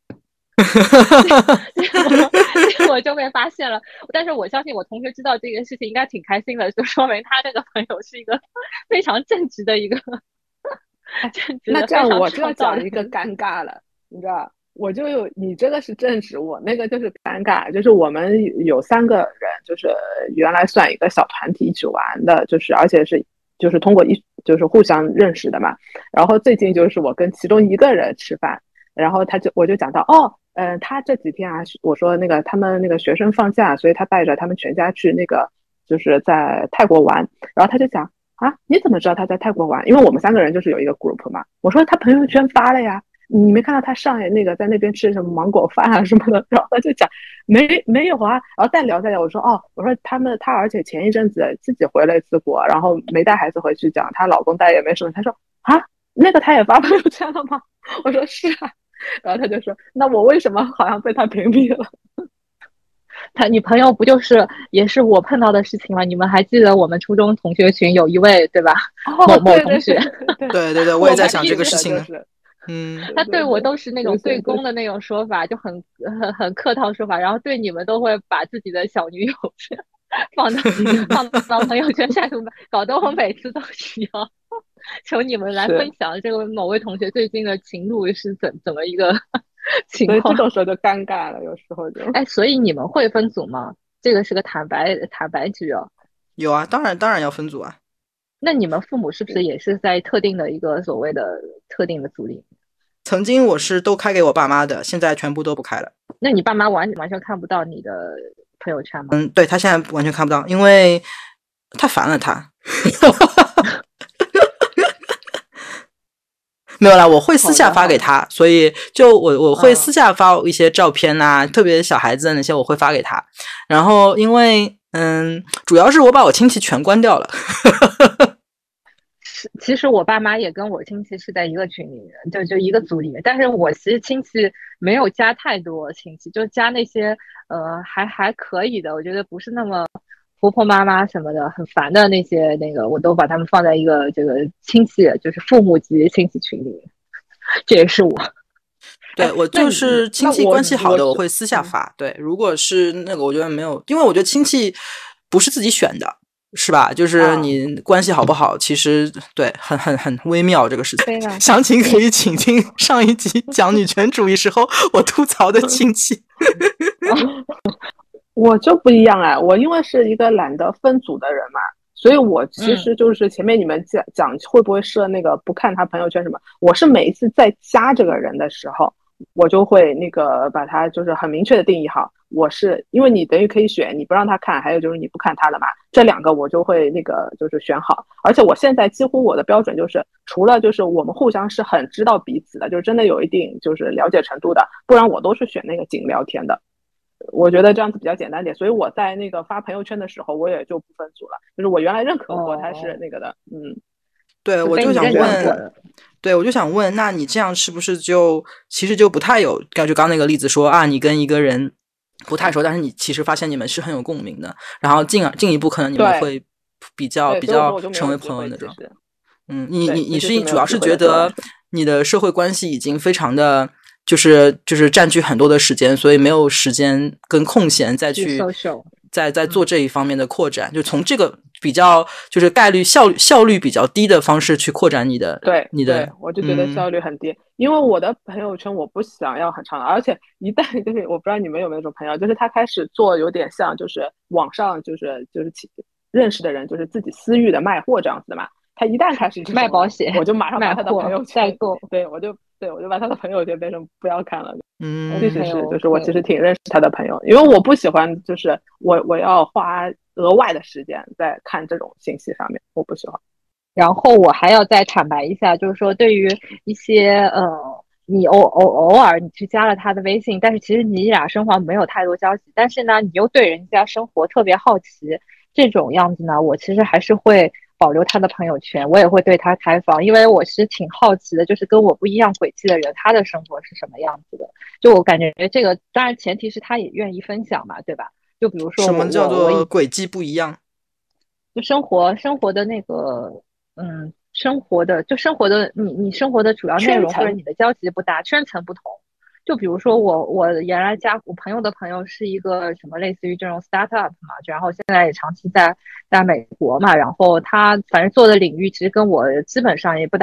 结果结果就被发现了。但是我相信我同学知道这件事情应该挺开心的，就说明他这个朋友是一个非常正直的一个正直的。 那这样我就要讲一个尴尬了，你知道，我就有你这个是正直，我那个就是尴尬。就是我们有三个人，就是原来算一个小团体一起玩的，就是而且是就是通过一就是互相认识的嘛。然后最近就是我跟其中一个人吃饭，然后他就我就讲到哦。 呃，他这几天啊，我说那个他们那个学生放假，所以他带着他们全家去那个就是在泰国玩，然后他就讲啊，你怎么知道他在泰国玩？因为我们三个人就是有一个 group 嘛，我说他朋友圈发了呀。你没看到他上那个在那边吃什么芒果饭啊什么的，然后他就讲没没有啊，然后再聊再聊，我说哦，我说他们他而且前一阵子自己回了一次国，然后没带孩子回去，讲她老公带也没什么，他说啊那个他也发朋友圈了吗？我说是啊，然后他就说那我为什么好像被他屏蔽了？ 他女朋友不就是也是我碰到的事情吗？你们还记得我们初中同学群有一位对吧？ 哦， 某某同学， 对对对对，我也在想这个事情呢。 就是嗯， 他对我都是那种对公的那种说法，就很很很客套说法，然后对你们都会把自己的小女友放到放到朋友圈晒出来，搞得我每次都需要求你们来分享这个某位同学最近的情路是怎怎么一个情况。 所以这种时候就尴尬了，有时候就哎，所以你们会分组吗？这个是个坦白坦白局哦。 有啊，当然当然要分组啊。 那你们父母是不是也是在特定的一个所谓的特定的组里？ 曾经我是都开给我爸妈的，现在全部都不开了。 那你爸妈完完全看不到你的朋友圈吗？ 嗯，对，他现在完全看不到，因为太烦了他。没有啦，我会私下发给他，所以就我我会私下发一些照片呐、啊，特别小孩子的那些我会发给他。然后因为嗯，主要是我把我亲戚全关掉了。 其实我爸妈也跟我亲戚是在一个群里面，就就一个组里面，但是我其实亲戚没有加太多亲戚，就加那些呃还还可以的，我觉得不是那么婆婆妈妈什么的很烦的那些那个，我都把他们放在一个这个亲戚，就是父母级亲戚群里面，这也是我。 对，我就是亲戚关系好的，我会私下发。 嗯、 对，如果是那个，我觉得没有，因为我觉得亲戚不是自己选的。是吧？就是你关系好不好，啊、其实对很很很微妙这个事情。详情可以请听上一集讲女权主义时候我吐槽的亲戚。 我就不一样哎，我因为是一个懒得分组的人嘛，所以我其实就是前面你们讲讲会不会设那个不看他朋友圈什么，我是每一次在加这个人的时候，我就会那个把他就是很明确的定义好，我是因为你等于可以选你不让他看，还有就是你不看他的嘛，这两个我就会那个就是选好。而且我现在几乎我的标准就是除了就是我们互相是很知道彼此的，就是真的有一定就是了解程度的，不然我都是选那个仅聊天的。我觉得这样子比较简单点，所以我在那个发朋友圈的时候我也就不分组了，就是我原来认可过他是那个的。哦、嗯， 对，我就想问，对，我就想问，那你这样是不是就其实就不太有，就刚那个例子说啊，你跟一个人不太熟，但是你其实发现你们是很有共鸣的，然后进进一步可能你们会比较比较成为朋友那种。嗯，你你你是主要是觉得你的社会关系已经非常的就是就是占据很多的时间，所以没有时间跟空闲再去再再做这一方面的扩展，嗯、就从这个比较就是概率效率效率比较低的方式去扩展你的对你的， 对，我就觉得效率很低，嗯、因为我的朋友圈我不想要很长的，而且一旦就是我不知道你们有没有这种朋友，就是他开始做有点像就是网上就是就是认识的人就是自己私域的卖货这样子的嘛。他一旦开始卖保险， 我就马上把他的朋友圈代购， 对我就对我就把他的朋友圈变成不要看了。 嗯， 即使是就是我其实挺认识他的朋友，因为我不喜欢就是我我要花额外的时间在看这种信息上面，我不喜欢。 然后我还要再坦白一下，就是说对于一些呃，你偶偶偶尔你去加了他的微信，但是其实你俩生活没有太多交集，但是呢，你又对人家生活特别好奇，这种样子呢，我其实还是会保留他的朋友圈，我也会对他开放，因为我是挺好奇的，就是跟我不一样轨迹的人，他的生活是什么样子的。就我感觉这个，当然前提是他也愿意分享嘛，对吧？就比如说什么叫做轨迹不一样？ 就生活生活的那个，嗯，生活的就生活的你你生活的主要内容或者你的交集不大，圈层不同。就比如说我我原来加我朋友的朋友是一个什么类似于这种 startup 嘛，然后现在也长期在在美国嘛，然后他反正做的领域其实跟我基本上也不搭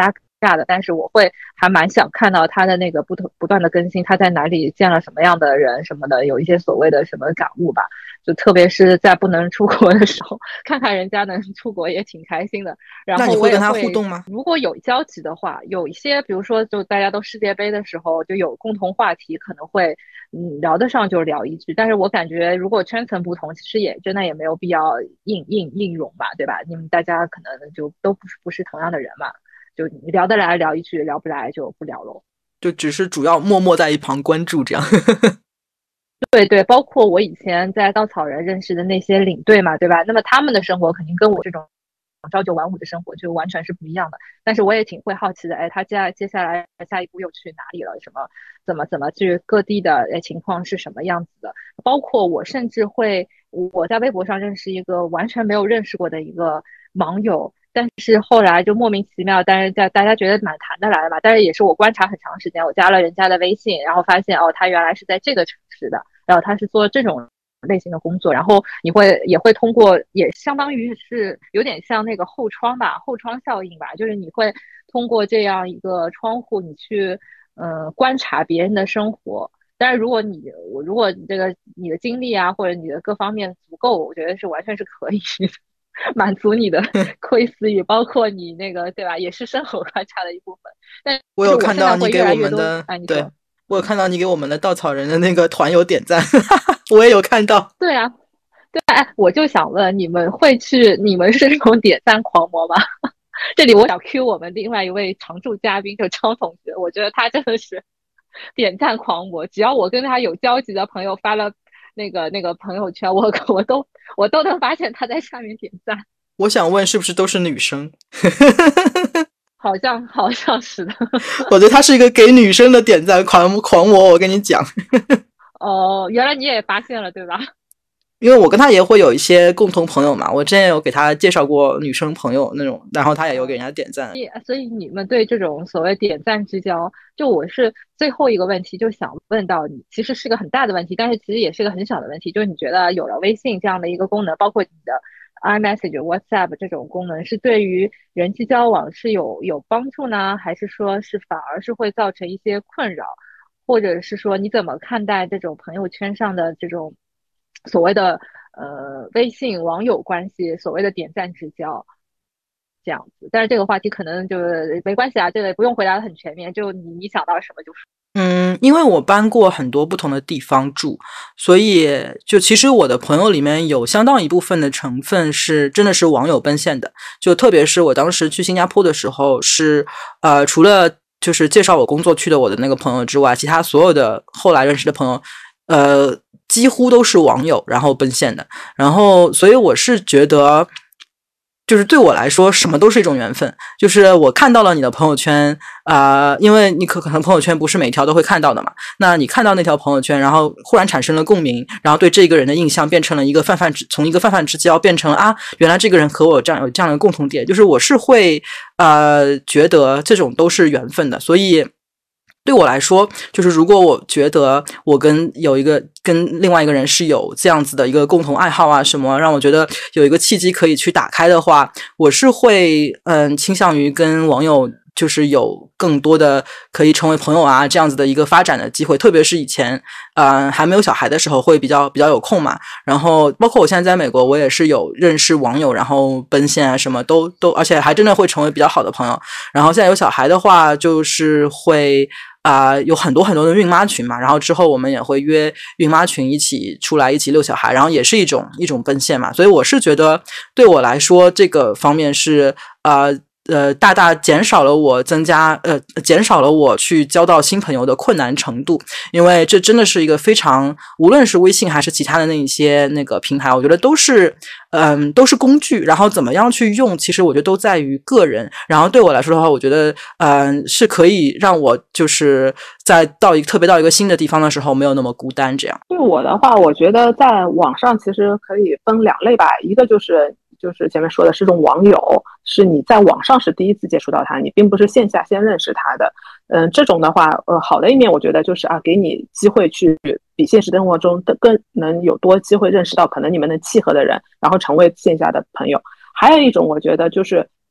下的，但是我会还蛮想看到他的那个不同不断的更新，他在哪里见了什么样的人什么的，有一些所谓的什么感悟吧。就特别是在不能出国的时候，看看人家能出国也挺开心的。然后我也会， 那你会跟他互动吗？ 如果有交集的话，有一些比如说就大家都世界杯的时候就有共同话题，可能会嗯聊得上就聊一句。但是我感觉如果圈层不同，其实也真的也没有必要硬硬硬融吧，对吧？因为大家可能就都不是不是同样的人嘛，就聊得来聊一句，聊不来就不聊喽。 就只是主要默默在一旁关注这样。 对对，包括我以前在稻草人认识的那些领队嘛，对吧？那么他们的生活肯定跟我这种朝九晚五的生活就完全是不一样的。但是我也挺会好奇的，哎，他接接下来下一步又去哪里了？什么怎么怎么去各地的哎情况是什么样子的？包括我甚至会我在微博上认识一个完全没有认识过的一个网友。但是后来就莫名其妙，但是在大家觉得蛮谈得来的嘛。但是也是我观察很长时间，我加了人家的微信，然后发现哦，他原来是在这个城市的，然后他是做这种类型的工作。然后你会也会通过，也相当于是有点像那个后窗吧，后窗效应吧，就是你会通过这样一个窗户，你去呃观察别人的生活。但是如果你我如果这个你的精力啊或者你的各方面足够，我觉得是完全是可以满足你的窥私欲，包括你那个对吧，也是生活观察的一部分。但我有看到你给我们的， 哎，你对，我有看到你给我们的稻草人的那个团友点赞，我也有看到。 对啊，对啊，哎，我就想问，你们会去？你们是这种点赞狂魔吗？这里我想 cue 我们另外一位常驻嘉宾，就张同学，我觉得他真的是点赞狂魔，只要我跟他有交集的朋友发了那个那个朋友圈，我我都我都能发现他在下面点赞。 我想问，是不是都是女生？ 好像好像是的。 我觉得他是一个给女生的点赞狂狂魔，我跟你讲。 哦，原来你也发现了对吧？ 因为我跟他也会有一些共同朋友嘛，我之前有给他介绍过女生朋友那种，然后他也有给人家点赞。 所以你们对这种所谓点赞之交，就我是最后一个问题就想问到你，其实是个很大的问题，但是其实也是个很小的问题，就是你觉得有了微信这样的一个功能，包括你的 iMessage、WhatsApp 这种功能，是对于人际交往是有有帮助呢，还是说是反而是会造成一些困扰，或者是说你怎么看待这种朋友圈上的这种所谓的呃微信网友关系，所谓的点赞之交这样子？但是这个话题可能就没关系啊，这个不用回答的很全面，就你你想到什么就说。 嗯，因为我搬过很多不同的地方住，所以就其实我的朋友里面有相当一部分的成分是真的是网友奔现的，就特别是我当时去新加坡的时候是呃除了就是介绍我工作去的我的那个朋友之外，其他所有的后来认识的朋友呃几乎都是网友然后奔现的，然后所以我是觉得就是对我来说什么都是一种缘分，就是我看到了你的朋友圈啊、呃，因为你可可能朋友圈不是每条都会看到的嘛，那你看到那条朋友圈，然后忽然产生了共鸣，然后对这个人的印象变成了一个泛泛之从一个泛泛之交变成了啊，原来这个人和我有这样有这样的共同点，就是我是会呃觉得这种都是缘分的，所以对我来说，就是如果我觉得我跟有一个跟另外一个人是有这样子的一个共同爱好啊什么，让我觉得有一个契机可以去打开的话，我是会嗯倾向于跟网友就是有更多的可以成为朋友啊这样子的一个发展的机会，特别是以前嗯还没有小孩的时候会比较比较有空嘛，然后包括我现在在美国，我也是有认识网友，然后奔现啊什么都都，而且还真的会成为比较好的朋友。然后现在有小孩的话，就是会啊、呃，有很多很多的孕妈群嘛，然后之后我们也会约孕妈群一起出来一起遛小孩，然后也是一种一种奔现嘛，所以我是觉得对我来说这个方面是呃呃大大减少了我增加呃减少了我去交到新朋友的困难程度，因为这真的是一个非常无论是微信还是其他的那一些那个平台，我觉得都是嗯都是工具，然后怎么样去用，其实我觉得都在于个人。然后对我来说的话，我觉得嗯是可以让我就是在到一特别到一个新的地方的时候没有那么孤单这样。 对我的话，我觉得在网上其实可以分两类吧，一个就是就是前面说的是这种网友，是你在网上是第一次接触到他，你并不是线下先认识他的。嗯，这种的话，呃，好的一面我觉得就是啊，给你机会去比现实生活中更能有多机会认识到可能你们能契合的人，然后成为线下的朋友。还有一种我觉得就是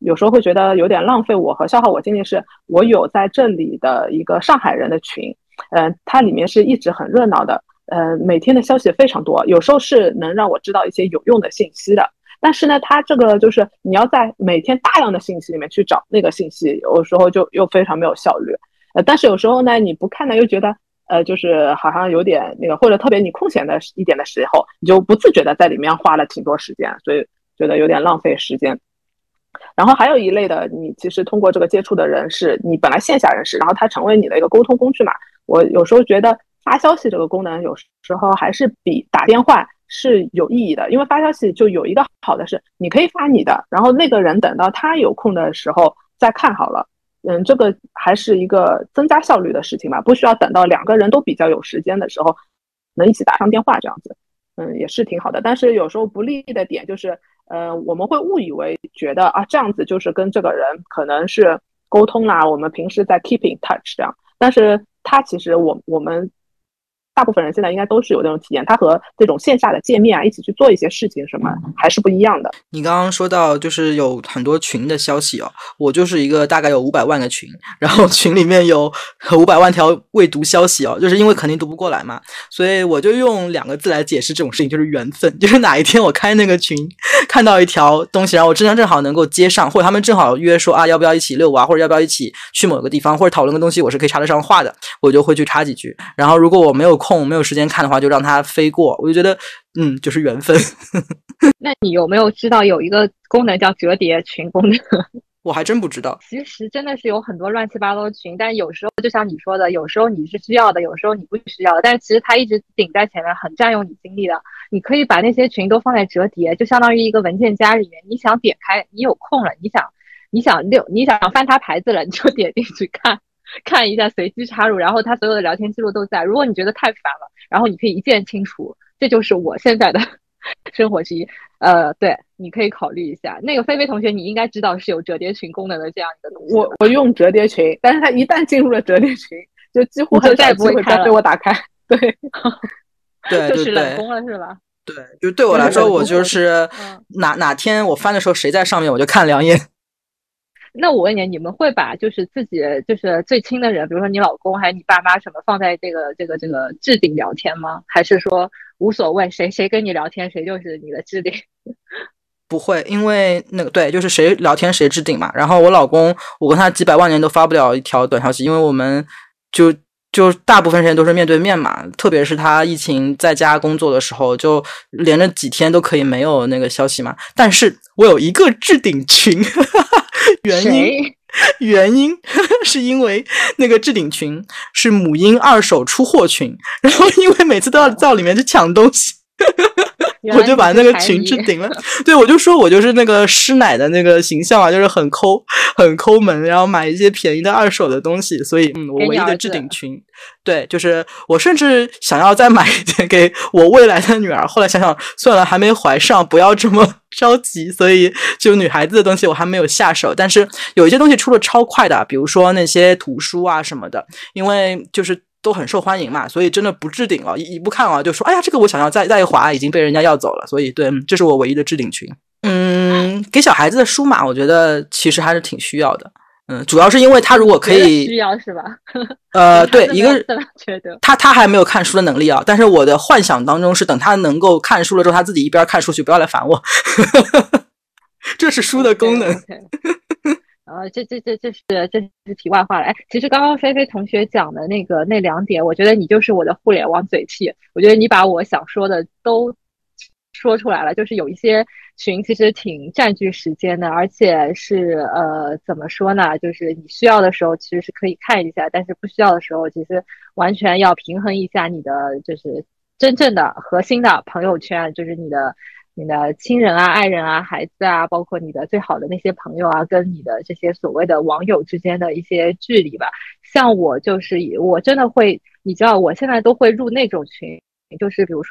有时候会觉得有点浪费我和消耗我精力，是我有在这里的一个上海人的群，呃，它里面是一直很热闹的，呃，每天的消息非常多，有时候是能让我知道一些有用的信息的。但是呢，它这个就是你要在每天大量的信息里面去找那个信息，有时候就又非常没有效率。呃，但是有时候呢，你不看呢，又觉得呃，就是好像有点那个，或者特别你空闲的一点的时候，你就不自觉的在里面花了挺多时间，所以觉得有点浪费时间。然后还有一类的，你其实通过这个接触的人是你本来线下认识，然后他成为你的一个沟通工具嘛。我有时候觉得发消息这个功能有时候还是比打电话是有意义的，因为发消息就有一个好的是你可以发你的，然后那个人等到他有空的时候再看好了。嗯，这个还是一个增加效率的事情吧，不需要等到两个人都比较有时间的时候能一起打上电话这样子。嗯，也是挺好的。但是有时候不利的点就是，呃，我们会误以为觉得啊，这样子就是跟这个人可能是沟通啦，我们平时在 keep in touch 这样。但是他其实我我们大部分人现在应该都是有那种体验，他和这种线下的见面啊，一起去做一些事情什么还是不一样的。 你刚刚说到就是有很多群的消息哦，我就是一个大概有五百万个群，然后群里面有五百万条未读消息哦，就是因为肯定读不过来嘛，所以我就用两个字来解释这种事情，就是缘分。就是哪一天我开那个群，看到一条东西，然后我正常正好能够接上，或者他们正好约说啊要不要一起遛啊，或者要不要一起去某个地方，或者讨论个东西，我是可以插得上话的，我就会去插几句。然后如果我没有空没有时间看的话，就让它飞过。我就觉得嗯就是缘分。 那你有没有知道有一个功能叫折叠群功能？ 我还真不知道。 其实真的是有很多乱七八糟的群，但有时候就像你说的，有时候你是需要的，有时候你不需要的，但是其实它一直顶在前面，很占用你精力的。你可以把那些群都放在折叠，就相当于一个文件夹里面，你想点开，你有空了，你想你想溜，你想翻它牌子了，你就点进去看看一下，随机插入，然后它所有的聊天记录都在。如果你觉得太烦了，然后你可以一键清除。这就是我现在的生活之一。呃，对，你可以考虑一下。那个菲菲同学，你应该知道是有折叠群功能的这样一个东西。 我我用折叠群，但是它一旦进入了折叠群，就几乎很少机会再被我打开。对， 对， 就是冷宫了，是吧？ 对，就对我来说，我就是哪哪天我翻的时候谁在上面，我就看两眼。 那我问你，你们会把就是自己就是最亲的人，比如说你老公还有你爸妈什么，放在这个这个这个置顶聊天吗？还是说无所谓，谁谁跟你聊天，谁就是你的置顶？ 不会，因为那个对，就是谁聊天谁置顶嘛。然后我老公，我跟他几百万年都发不了一条短消息，因为我们就就大部分时间都是面对面嘛。特别是他疫情在家工作的时候，就连着几天都可以没有那个消息嘛。但是我有一个置顶群。原因原因是因为那个置顶群是母婴二手出货群，然后因为每次都要到里面去抢东西，我就把那个群置顶了。对，我就说我就是那个师奶的那个形象啊，就是很抠很抠门，然后买一些便宜的二手的东西，所以嗯，我唯一的置顶群。对，就是我甚至想要再买一点给我未来的女儿，后来想想算了，还没怀上，不要这么着急，所以就女孩子的东西我还没有下手。但是有一些东西出的超快的，比如说那些图书啊什么的，因为就是都很受欢迎嘛，所以真的不置顶了，一不看啊就说哎呀这个我想要，再再一滑已经被人家要走了，所以对，这是我唯一的置顶群。嗯，给小孩子的书嘛，我觉得其实还是挺需要的。嗯，主要是因为他如果可以需要是吧？ 呃，对，一个觉得他他还没有看书的能力啊，但是我的幻想当中是等他能够看书了之后，他自己一边看书去，不要来烦我。这是书的功能。 Okay, okay. 呃，这这这这是这是题外话了。哎，其实刚刚菲菲同学讲的那个那两点，我觉得你就是我的互联网嘴替。我觉得你把我想说的都说出来了，就是有一些群其实挺占据时间的，而且是呃怎么说呢？就是你需要的时候其实是可以看一下，但是不需要的时候，其实完全要平衡一下你的就是真正的核心的朋友圈，就是你的。你的亲人啊、爱人啊、孩子啊，包括你的最好的那些朋友啊，跟你的这些所谓的网友之间的一些距离吧。像我就是我真的会，你知道，我现在都会入那种群，就是比如说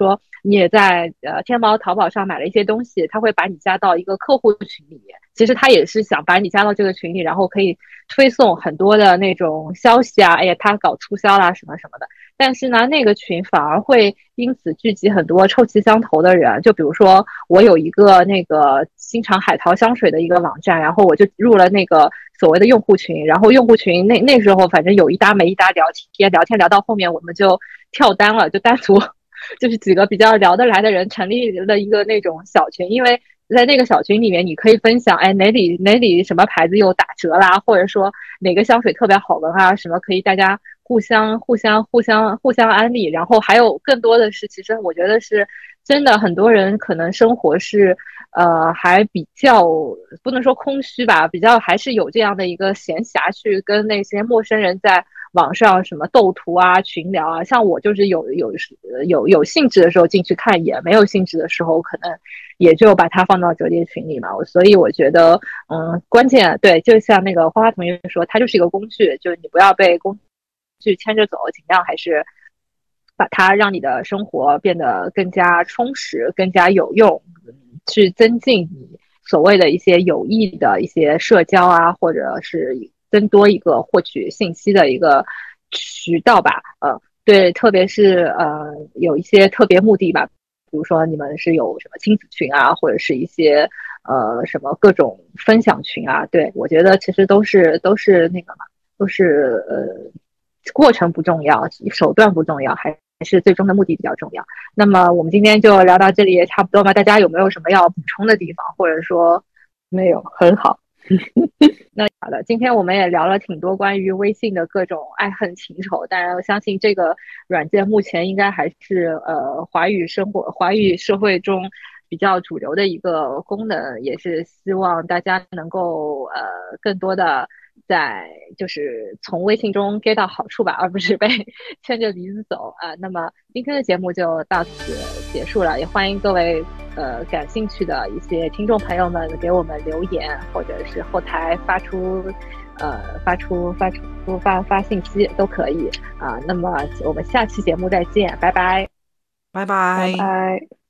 你也在呃天猫、淘宝上买了一些东西，他会把你加到一个客户群里面。其实他也是想把你加到这个群里，然后可以推送很多的那种消息啊，哎呀，他搞促销啦什么什么的。但是呢，那个群反而会因此聚集很多臭气相投的人。就比如说，我有一个那个新尝海淘香水的一个网站，然后我就入了那个所谓的用户群，然后用户群那那时候反正有一搭没一搭聊天，聊天聊到后面我们就跳单了，就单独就是几个比较聊得来的人成立了一个那种小群，因为在那个小群里面，你可以分享，哎，哪里哪里什么牌子又打折啦，或者说哪个香水特别好闻啊，什么可以大家互相互相互相互相安利。然后还有更多的是，其实我觉得是真的，很多人可能生活是呃还比较不能说空虚吧，比较还是有这样的一个闲暇去跟那些陌生人在网上什么斗图啊、群聊啊。像我就是有有有有兴致的时候进去看一眼，没有兴致的时候可能也就把它放到折叠群里嘛。所以我觉得，嗯，关键对，就像那个花花同学说，它就是一个工具，就是你不要被工具牵着走，尽量还是把它让你的生活变得更加充实、更加有用，去增进你所谓的一些有益的一些社交啊，或者是增多一个获取信息的一个渠道吧。呃，对，特别是呃有一些特别目的吧，比如说你们是有什么亲子群啊，或者是一些呃什么各种分享群啊。对，我觉得其实都是都是那个嘛，都是呃过程不重要，手段不重要，还是最终的目的比较重要。那么我们今天就聊到这里也差不多吧，大家有没有什么要补充的地方，或者说没有，很好。 那好的，今天我们也聊了挺多关于微信的各种爱恨情仇，当然我相信这个软件目前应该还是呃华语生活、华语社会中比较主流的一个功能，也是希望大家能够呃更多的在就是从微信中 get 到好处吧，而不是被牵着鼻子走啊、呃。那么今天的节目就到此结束了，也欢迎各位呃感兴趣的一些听众朋友们给我们留言，或者是后台发出呃发出发出发发信息都可以啊、呃。那么我们下期节目再见，拜拜， 拜拜拜。 拜。